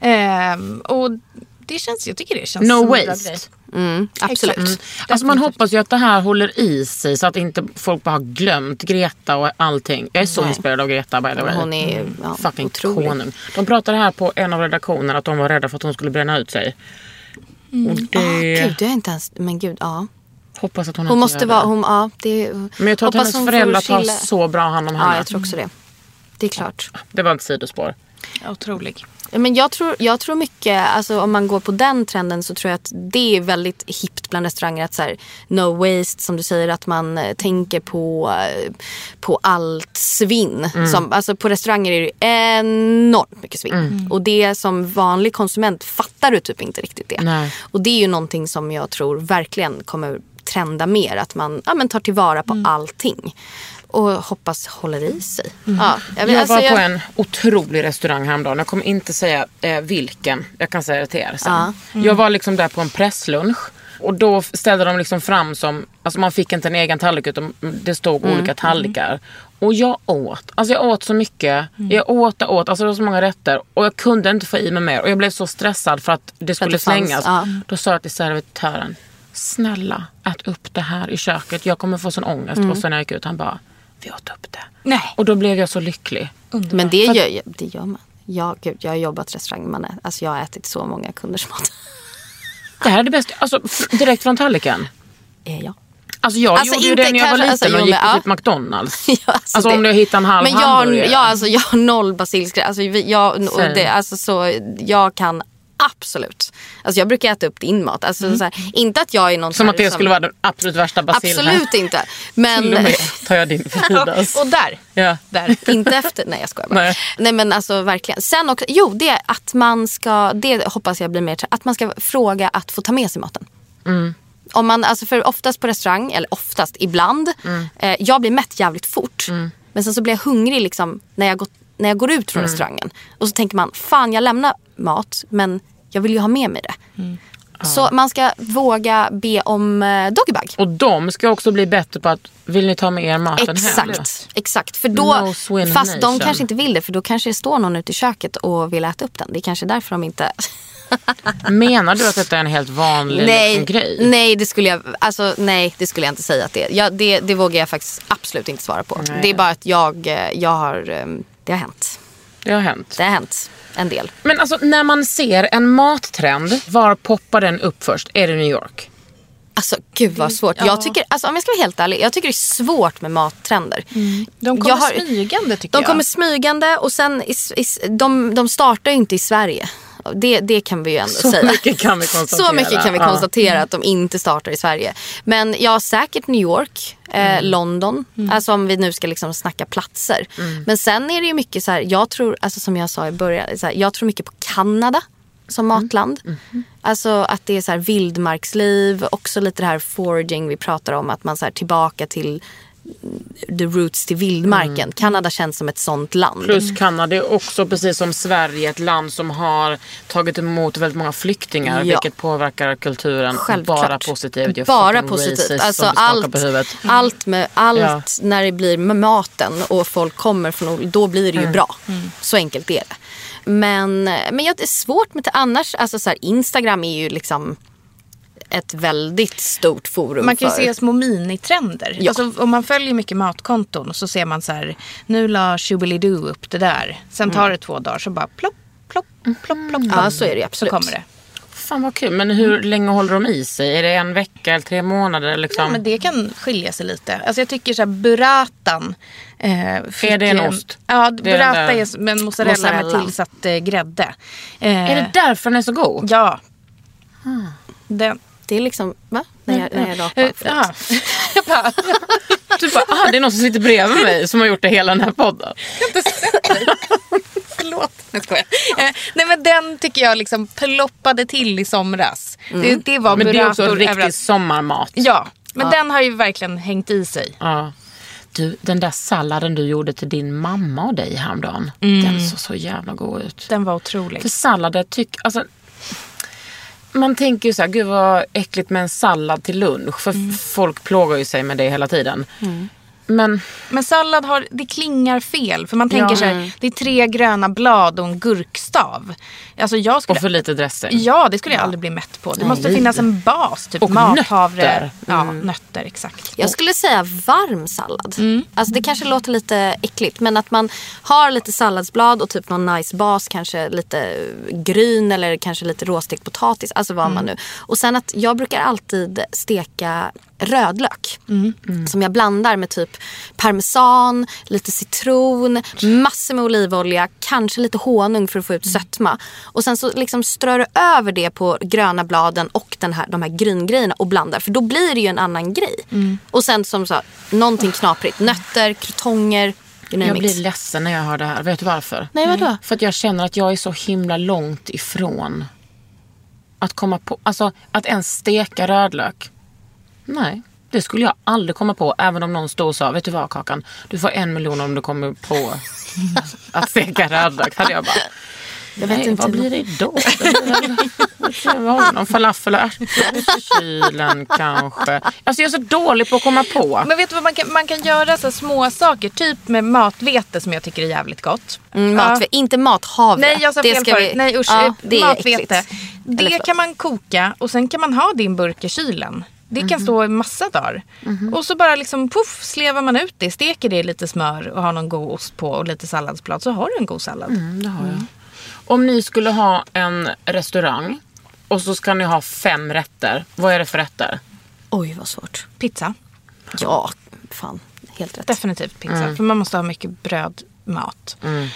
Och det känns, jag tycker det känns no som waste. Absolut. Alltså man hoppas ju att det här håller i sig så att inte folk bara har glömt Greta och allting. Jag är så inspirerad av Greta, by the way. Hon är fucking otrolig. konung. De pratade här på en av redaktionerna att de var rädda för att hon skulle bränna ut sig. Och det... Gud, det är inte ens... Men gud, hoppas att hon måste vara... Men jag tror att hennes föräldrar tar så bra hand om henne. Ja, jag tror också det. Det är klart. Det var ett sidospår. Otrolig. Men jag tror mycket, alltså om man går på den trenden så tror jag att det är väldigt hippt bland restauranger att så här, no waste, som du säger, att man tänker på allt svinn. Som, alltså på restauranger är det enormt mycket svinn. Och det som vanlig konsument fattar du typ inte riktigt det. Nej. Och det är ju någonting som jag tror verkligen kommer trenda mer. Att man tar tillvara på allting. Och hoppas håller i sig. Ja, jag var på en otrolig restaurang häromdagen. Jag kommer inte säga vilken. Jag kan säga det till er sen. Jag var liksom där på en presslunch. Och då ställde de liksom fram som... Alltså man fick inte en egen tallrik utan det stod olika tallrikar. Och jag åt. Alltså jag åt så mycket. Jag åt. Alltså det var så många rätter. Och jag kunde inte få i mig mer. Och jag blev så stressad för att det skulle slängas. Då sa jag till servitören: snälla, ät upp det här i köket. Jag kommer få sån ångest. Och sen när jag gick ut, han bara: vi åt upp det. Nej. Och då blev jag så lycklig. Underbar. Men det gör man. Jag har jobbat restaurang. Alltså jag har ätit så många kunders mat. Det här är det bästa. Alltså direkt från tallriken. Ja. Alltså jag gjorde ju det när jag var liten och gick till McDonalds. Ja, alltså om du hittar en halv hamburgare. Men jag har noll basilskräm. Alltså jag kan absolut. Alltså jag brukar äta upp din mat. Alltså så här, inte att jag är någon som att det skulle vara den absolut värsta basillen. Absolut inte. Men till och med tar jag din Fridas. Och där. Ja. Där. Inte efter. Nej, jag skojar bara. Nej men alltså verkligen. Sen också, det är att man ska, det hoppas jag blir mer, att man ska fråga att få ta med sig maten. Om man, alltså för oftast på restaurang, eller oftast ibland, jag blir mätt jävligt fort. Men sen så blir jag hungrig liksom när jag går ut från restaurangen. Och så tänker man, fan jag lämnar mat, men jag vill ju ha med mig det. Så man ska våga be om doggybag. Och de ska också bli bättre på att, vill ni ta med er maten hem? Exakt. För då, fast de kanske inte vill det, för då kanske det står någon ute i köket och vill äta upp den. Det är kanske därför de inte... Menar du att detta är en helt vanlig grej? Nej, det skulle jag inte säga att det är. Det vågar jag faktiskt absolut inte svara på. Nej. Det är bara att jag har... Det har hänt. Det har hänt? Det har hänt en del. Men alltså när man ser en mattrend, var poppar den upp först? Är det New York? Alltså gud vad svårt. Jag tycker, alltså, om jag ska vara helt ärlig, jag tycker det är svårt med mattrender. De kommer smygande tycker jag. De kommer smygande och sen de startar ju inte i Sverige. Det kan vi ju ändå säga. Så mycket kan vi konstatera att de inte startar i Sverige. Men ja, säkert New York, London. Alltså om vi nu ska liksom snacka platser. Men sen är det ju mycket så här, jag tror, alltså som jag sa i början, så här, jag tror mycket på Kanada som matland. Alltså att det är så här vildmarksliv, också lite det här foraging vi pratar om, att man så här tillbaka till the roots till vildmarken. Kanada känns som ett sånt land. Plus Kanada är också, precis som Sverige, ett land som har tagit emot väldigt många flyktingar, vilket påverkar kulturen. Självklart. Bara positivt. Bara positivt. Alltså allt när det blir med maten och folk kommer från, då blir det ju bra. Så enkelt är det. Men det är svårt med det annars. Alltså så här, Instagram är ju liksom ett väldigt stort forum. Man kan ju se små minitrender. Ja. Alltså, om man följer mycket matkonton så ser man så här, nu la Chubilidoo upp det där. Sen tar det 2 dagar så bara plopp, plopp, plopp, plopp. Ja, så är det absolut. Så kommer det. Fan vad kul, men hur länge håller de i sig? Är det 1 vecka eller 3 månader? Liksom? Ja, men det kan skilja sig lite. Alltså jag tycker så här, burratan. Är det en ost? Ja, burrata är en mozzarella med tillsatt grädde. Är det därför den är så god? Ja. Det är liksom, va? När jag rapar. Jag bara... Du bara, det är någon som sitter bredvid mig som har gjort det hela den här podden. Jag har inte sett dig. Förlåt. Jag skojar. Nej, men den tycker jag liksom ploppade till i somras. Det var men det är också en riktig sommarmat. Ja, men den har ju verkligen hängt i sig. Ja. Du, den där salladen du gjorde till din mamma och dig häromdagen, den såg så jävla god ut. Den var otrolig. För sallader alltså, man tänker ju så här, gud vad äckligt med en sallad till lunch. För folk plågar ju sig med det hela tiden. Men sallad det klingar fel. För man tänker så här, det är 3 gröna blad och en gurkstav. Alltså och för lite dressing. Ja, det skulle jag aldrig bli mätt på. Det måste finnas en bas, typ och mathavre. Nötter. Ja, nötter, exakt. Jag skulle säga varm sallad. Alltså det kanske låter lite äckligt, men att man har lite salladsblad och typ någon nice bas, kanske lite gryn eller kanske lite råstekt potatis, alltså vad man nu. Och sen att jag brukar alltid steka rödlök. Som jag blandar med typ parmesan, lite citron, massor med olivolja, kanske lite honung för att få ut sötma. Och sen så liksom strör du över det på gröna bladen och de här gryngrejerna och blandar. För då blir det ju en annan grej. Och sen som så, någonting knaprigt. Nötter, krutonger. Jag blir ledsen när jag hör det här. Vet du varför? Nej, vadå? För att jag känner att jag är så himla långt ifrån att komma på, alltså att ens steka rödlök. Nej, det skulle jag aldrig komma på. Även om någon stod och sa, vet du vad Kakan, du får 1 miljon om du kommer på att steka rödlök. Hade jag bara, jag vet inte. Vad blir det då? Någon falafel och ärtor i kylen kanske. Alltså jag är så dålig på att komma på. Men vet du vad man kan göra så små saker, typ med matvete som jag tycker är jävligt gott. Inte mathavre. Nej, jag sa fel förut. Nej, usch, det är matvete. äckligt. Det kan man koka och sen kan man ha din burk i kylen. Det kan stå i massa dagar. Och så bara liksom slevar man ut det, steker det i lite smör och har någon god ost på och lite salladsblad, så har du en god sallad. Det har jag. Om ni skulle ha en restaurang och så ska ni ha 5 rätter. Vad är det för rätter? Oj, vad svårt. Pizza. Ja, fan. Helt rätt. Definitivt pizza. För man måste ha mycket brödmat.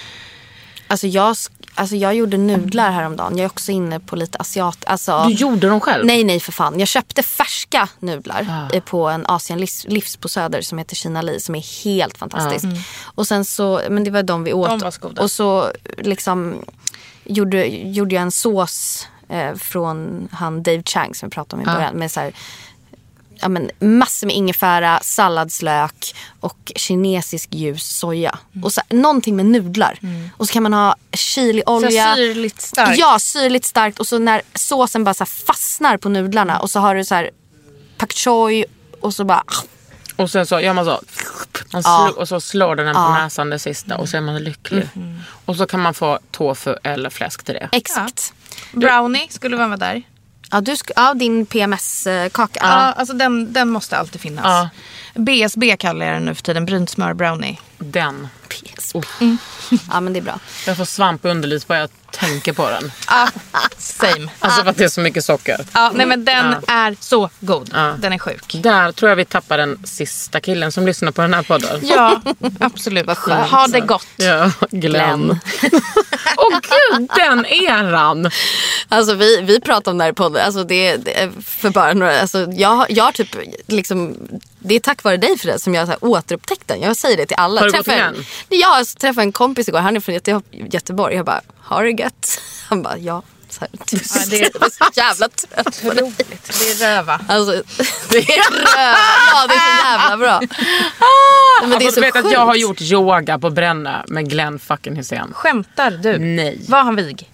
Alltså jag gjorde nudlar häromdagen. Jag är också inne på lite asiat. Alltså, du gjorde dem själv? Nej, för fan. Jag köpte färska nudlar på en Asien livs på Söder som heter Kina Li, som är helt fantastisk. Och sen så, men det var de vi åt. De var goda. Och så liksom gjorde jag en sås från han Dave Chang som vi pratade om i början med så här, ja, men massor med ingefära, salladslök och kinesisk ljus soja. Och så någonting med nudlar. Och så kan man ha chiliolja. Så syrligt starkt. Ja, syrligt starkt. Och så när såsen bara så här fastnar på nudlarna. Och så har du så här pak choi. Och så bara... Och sen så gör man så. Och så slår den på näsan det sista. Och så är man lycklig. Och så kan man få tofu eller fläsk till det. Exakt. Brownie skulle vara där. Ja, din PMS-kaka. Ja, alltså den måste alltid finnas. BSB kallar jag den nu för tiden, brynsmör brownie. Den. PSB. Ja, men det är bra. Jag får svamp i underlivet bara jag tänker på den. Same. Alltså för att det är så mycket socker. Nej, men den är så god. Den är sjuk. Där tror jag vi tappar den sista killen som lyssnar på den här podden. Ja, absolut. Vad skönt. Ha det gott. Ja, Glenn. Åh gud, den eran. Alltså vi pratar om det här i podden. Alltså det är för bara några... Alltså jag typ liksom... Det är tack vare dig för det som jag så här återupptäckt den. Jag säger det till alla. Har du gått igen? Jag träffade en kompis igår. Han är från Göteborg. Jag bara, har det gött? Han bara, ja. Så här, det är så jävla trött på det. Det är röva. Alltså, det är röva. Ja, det är så jävla bra. Men det är så vet sjukt. att jag har gjort yoga på Bränna med Glenn fucking Hussein. Skämtar du? Nej. Var han vig?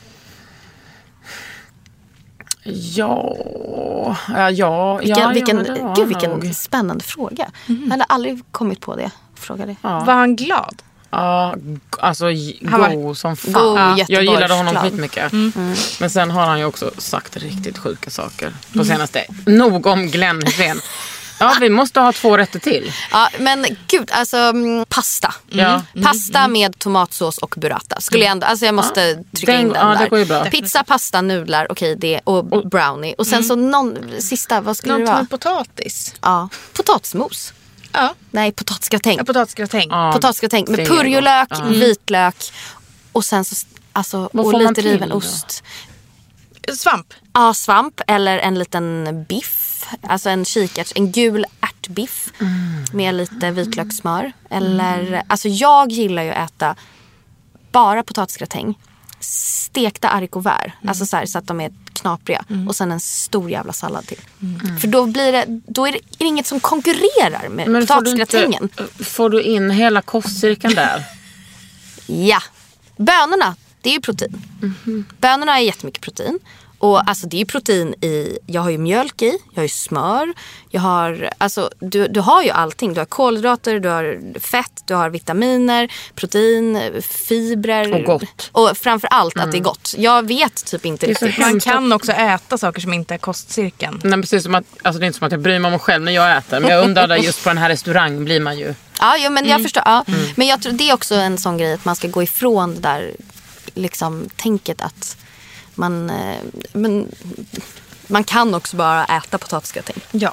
Vilken spännande fråga. Jag hade aldrig kommit på det. Fråga det. Var han glad? Ja, alltså god som fan. God, jag gillade honom glad. skitmycket. Men sen har han ju också sagt riktigt sjuka saker på senaste. Nog om Glenn Hussein. Ja, vi måste ha 2 rätter till. Ja, men gud, alltså pasta. Pasta med tomatsås och burrata. Skulle jag ändå, alltså jag måste trycka in den där. Det går ju bra. Pizza, pasta, nudlar, okej, det och brownie. Och sen så någon sista, vad skulle det vara? Med potatis. Ja, potatismos. Ja. Nej, potatisgratäng. Potatisgratäng. Potatisgratäng med purjolök, vitlök och sen så alltså och lite riven ost. Svamp. Ja, svamp eller en liten biff. Alltså en gul ärtbiff med lite vitlökssmör. Eller, alltså jag gillar ju att äta bara potatisgratäng, stekta haricots, alltså så att de är knapriga och sen en stor jävla sallad till. För då är det inget som konkurrerar med potatisgratängen. Får du in hela kostcirkeln där? Ja. Bönorna, det är ju protein. Bönorna är jättemycket protein. Och alltså det är ju protein i, jag har ju mjölk i, jag har ju smör, jag har, alltså du har ju allting. Du har kolhydrater, du har fett, du har vitaminer, protein, fibrer. Och gott. Och framförallt att det är gott. Jag vet typ inte riktigt. Man kan också äta saker som inte är kostcirkeln. Nej, precis som att, alltså det är inte som att jag bryr mig om mig själv när jag äter. Men jag undrar där just på den här restaurangen blir man ju. Ja, men jag förstår. Ja. Men jag tror det är också en sån grej att man ska gå ifrån det där liksom tänket att man kan också bara äta potatisgratäng. Ja.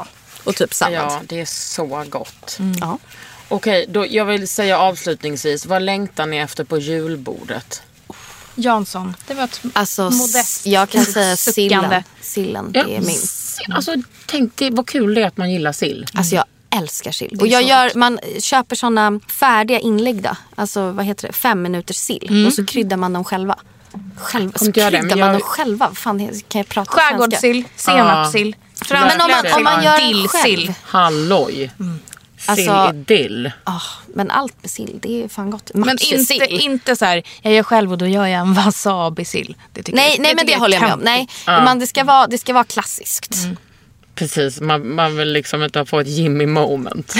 och typ sallad. Ja, det är så gott. Ja. Okej, då jag vill säga avslutningsvis, vad längtar ni efter på julbordet? Jansson, det var ett Alltså, modest jag kan säga suckande. sillen, det är min. Alltså, tänk det, vad kul det är att man gillar sill. Alltså jag älskar sill. Och man köper såna färdiga inläggda, alltså vad heter det, 5 minuters sill. Och så kryddar man dem själva. Så kryddar man dem själva. Vad fan kan jag prata svenska? Skärgårdssill, senapssill. Men om man gör dillsill. själv. Halloj. Sill Alltså, i dill. Men allt med sill, det är fan gott. Men inte så här, jag gör själv och då gör jag en wasabi-sill. Nej, men det håller jag med om. Nej, men det ska vara klassiskt. Precis, man vill liksom inte få ett Jimmy moment.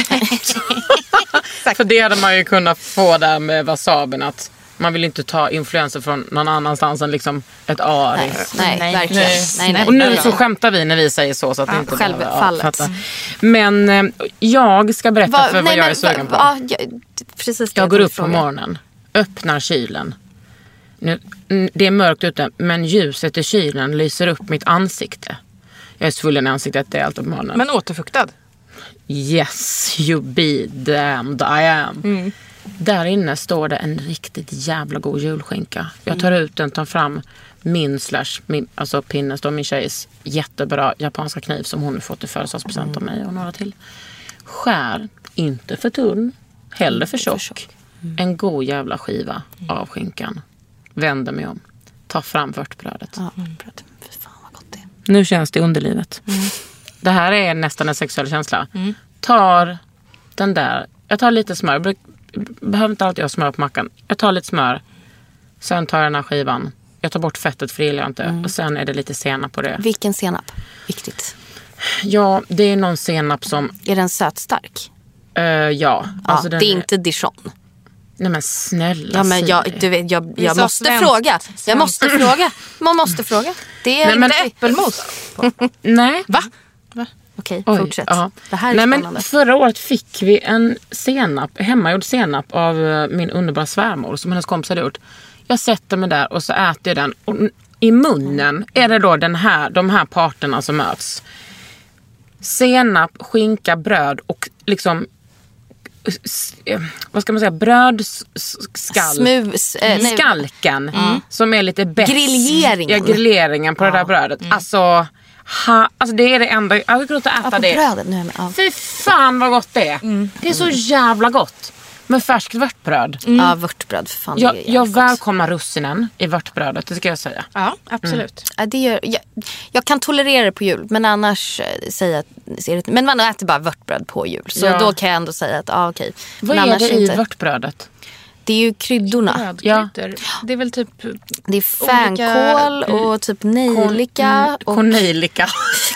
För det hade man ju kunnat få där med wasabin, att man vill inte ta influenser från någon annanstans än liksom ett aris. Nej, verkligen. Nej. Och nu så skämtar vi när vi säger så att det inte självfallet. Men jag ska berätta vad jag är sugen på. Precis, jag går upp på morgonen, öppnar kylen. Nu, det är mörkt ute, men ljuset i kylen lyser upp mitt ansikte. Jag är svullen i ansiktet, det är allt på morgonen. Men återfuktad? Yes, you be damned I am. Där inne står det en riktigt jävla god julskinka. Jag tar ut den, tar fram min alltså Pinnes då, min tjejs jättebra japanska kniv som hon fått i födelsedagspresent av mig och några till. Skär, inte för tunn, heller för tjock. En god jävla skiva av skinkan. Vänder mig om. Tar fram vörtbrödet. Ja, vörtbröd. Fy fan vad gott det är. Nu känns det underlivet. Det här är nästan en sexuell känsla. Tar den där. Jag tar lite smör. Behöver inte alltid ha smör på mackan. Jag tar lite smör. Sen tar jag den här skivan. Jag tar bort fettet, för det gillar jag inte. Och sen är det lite senap på det. Vilken senap? Viktigt. Ja, det är någon senap som... Är den sötstark? Ja. Alltså det är inte Dijon. Nej men snälla. Ja, men jag måste fråga. Jag måste fråga. Man måste fråga. Det är inte äppelmos. Nej. Va? Okej, fortsätt. Ja. Det här är spännande. Men förra året fick vi en hemmagjord senap av min underbara svärmor som hennes kompis hade gjort. Jag sätter mig där och så äter jag den. Och i munnen är det då de här parterna som möts. Senap, skinka, bröd och liksom... vad ska man säga, skalken som är lite bäst. Grilleringen på det där brödet. Alltså det är det enda jag kan inte äta det. Brödet nu Fy fan vad gott det är. Det är så jävla gott med färskt vörtbröd. Ja, vörtbröd för fan. Jag välkomnar russinen i vörtbrödet, det ska jag säga. Ja, absolut. Jag kan tolerera det på jul, men annars men man äter bara vörtbröd på jul. Så då kan jag ändå säga att okej. Vad är det i vörtbrödet? Det är ju kryddorna. Ja. Det är väl typ... Det är fänkål och typ nejlika. Kornejlika.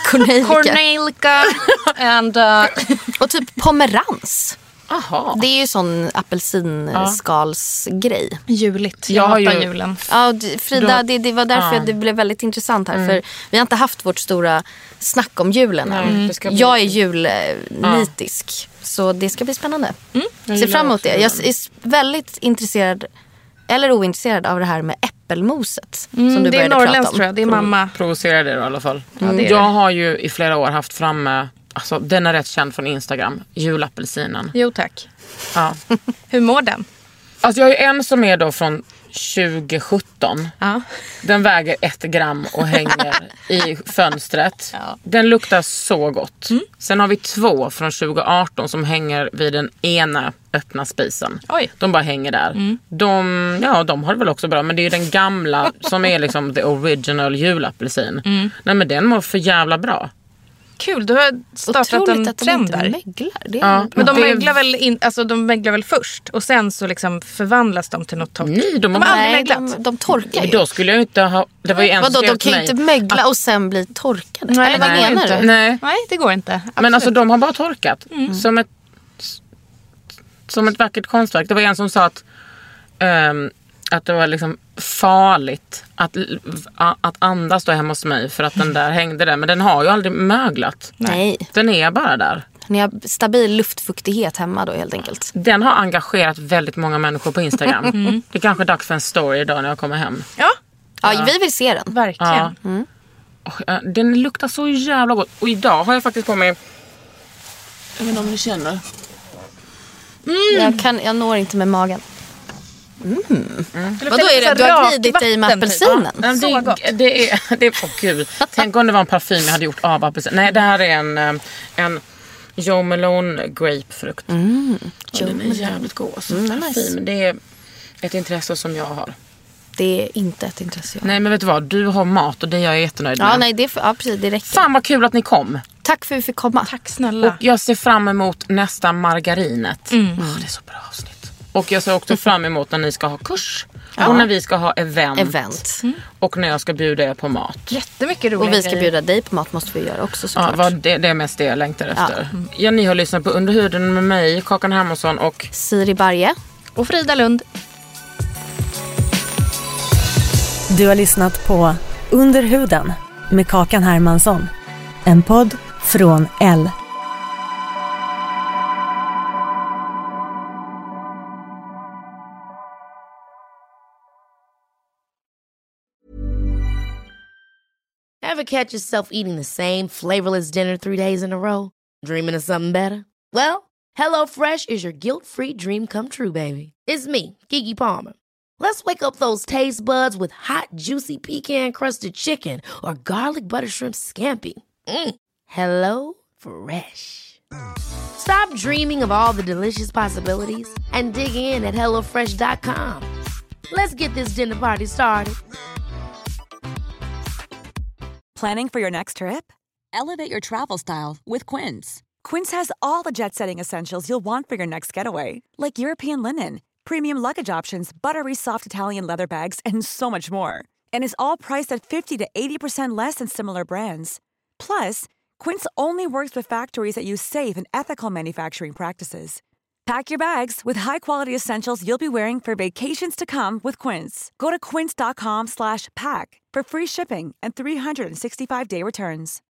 Och typ pomerans. Aha. Det är ju sån apelsinskalsgrej. Juligt. Jag hatar julen. Ja, Frida, det var därför det blev väldigt intressant här. För vi har inte haft vårt stora snack om julen än. Jag är julnitisk. Så det ska bli spännande. Se fram emot det. Jag är väldigt intresserad eller ointresserad av det här med äppelmoset. Som du det är norrländskt, tror jag. Det är mamma. Provocerar det då, i alla fall. Jag har ju i flera år haft framme, alltså den är rätt känd från Instagram, julapelsinen. Jo tack. Ja. Hur mår den? Alltså jag har ju en som är då från 2017. Ja. Den väger 1 gram och hänger i fönstret. Ja. Den luktar så gott. Sen har vi 2 från 2018 som hänger vid den ena öppna spisen. Oj. De bara hänger där. De har det väl också bra, men det är ju den gamla som är liksom the original julapelsin. Nej, men den mår för jävla bra. Kul, du har startat otroligt en trend där. Men de mägglar väl först och sen så liksom förvandlas de till något torrt. Nej, de har aldrig mägglat. De torkar ju. Då skulle jag inte ha... Det var ju en vadå, de kan ju inte mäggla och sen bli torkade. Nej, eller vad menar du? Nej, det går inte. Absolut. Men alltså de har bara torkat. Som ett vackert konstverk. Det var en som sa att det var liksom farligt att andas då hemma hos mig för att den där hängde där. Men den har ju aldrig möglat. Nej. Den är bara där. Ni har stabil luftfuktighet hemma då helt enkelt. Den har engagerat väldigt många människor på Instagram. Det är kanske dags för en story idag när jag kommer hem. Ja, vi vill se den. Verkligen. Den luktar så jävla gott. Och idag har jag faktiskt på mig Jag vet inte om ni känner. Jag når inte med magen. Vadå är det? Du har glidit dig med apelsinen? Det är åh gud. Tänk om det var en parfym jag hade gjort av apelsin. Nej, det här är en Joe Malone grapefrukt. Den är jävligt god. Alltså, nice. Det är ett intresse som jag har. Det är inte ett intresse. Nej, men vet du vad? Du har mat och det är jag jättenöjd med. Ja, nej, precis. Det räcker. Fan vad kul att ni kom. Tack för att vi fick komma. Tack snälla. Och jag ser fram emot nästa margarinet. Det är så bra avsnitt. Och jag ser också fram emot när ni ska ha kurs. Och när vi ska ha event. Och när jag ska bjuda er på mat. Jättemycket roligt. Och vi ska bjuda dig på mat måste vi göra också såklart. Ja, det är mest det jag längtar efter. Ja, ni har lyssnat på Under huden med mig, Kakan Hermansson och Siri Barje. Och Frida Lund. Du har lyssnat på Under huden med Kakan Hermansson. En podd från L. Ever catch yourself eating the same flavorless dinner 3 days in a row? Dreaming of something better? Well, HelloFresh is your guilt-free dream come true, baby. It's me, Keke Palmer. Let's wake up those taste buds with hot, juicy pecan-crusted chicken or garlic butter shrimp scampi. Hello Fresh. Stop dreaming of all the delicious possibilities and dig in at HelloFresh.com. Let's get this dinner party started. Planning for your next trip? Elevate your travel style with Quince. Quince has all the jet-setting essentials you'll want for your next getaway, like European linen, premium luggage options, buttery soft Italian leather bags, and so much more. And is all priced at 50 to 80% less than similar brands. Plus, Quince only works with factories that use safe and ethical manufacturing practices. Pack your bags with high-quality essentials you'll be wearing for vacations to come with Quince. Go to quince.com/pack for free shipping and 365-day returns.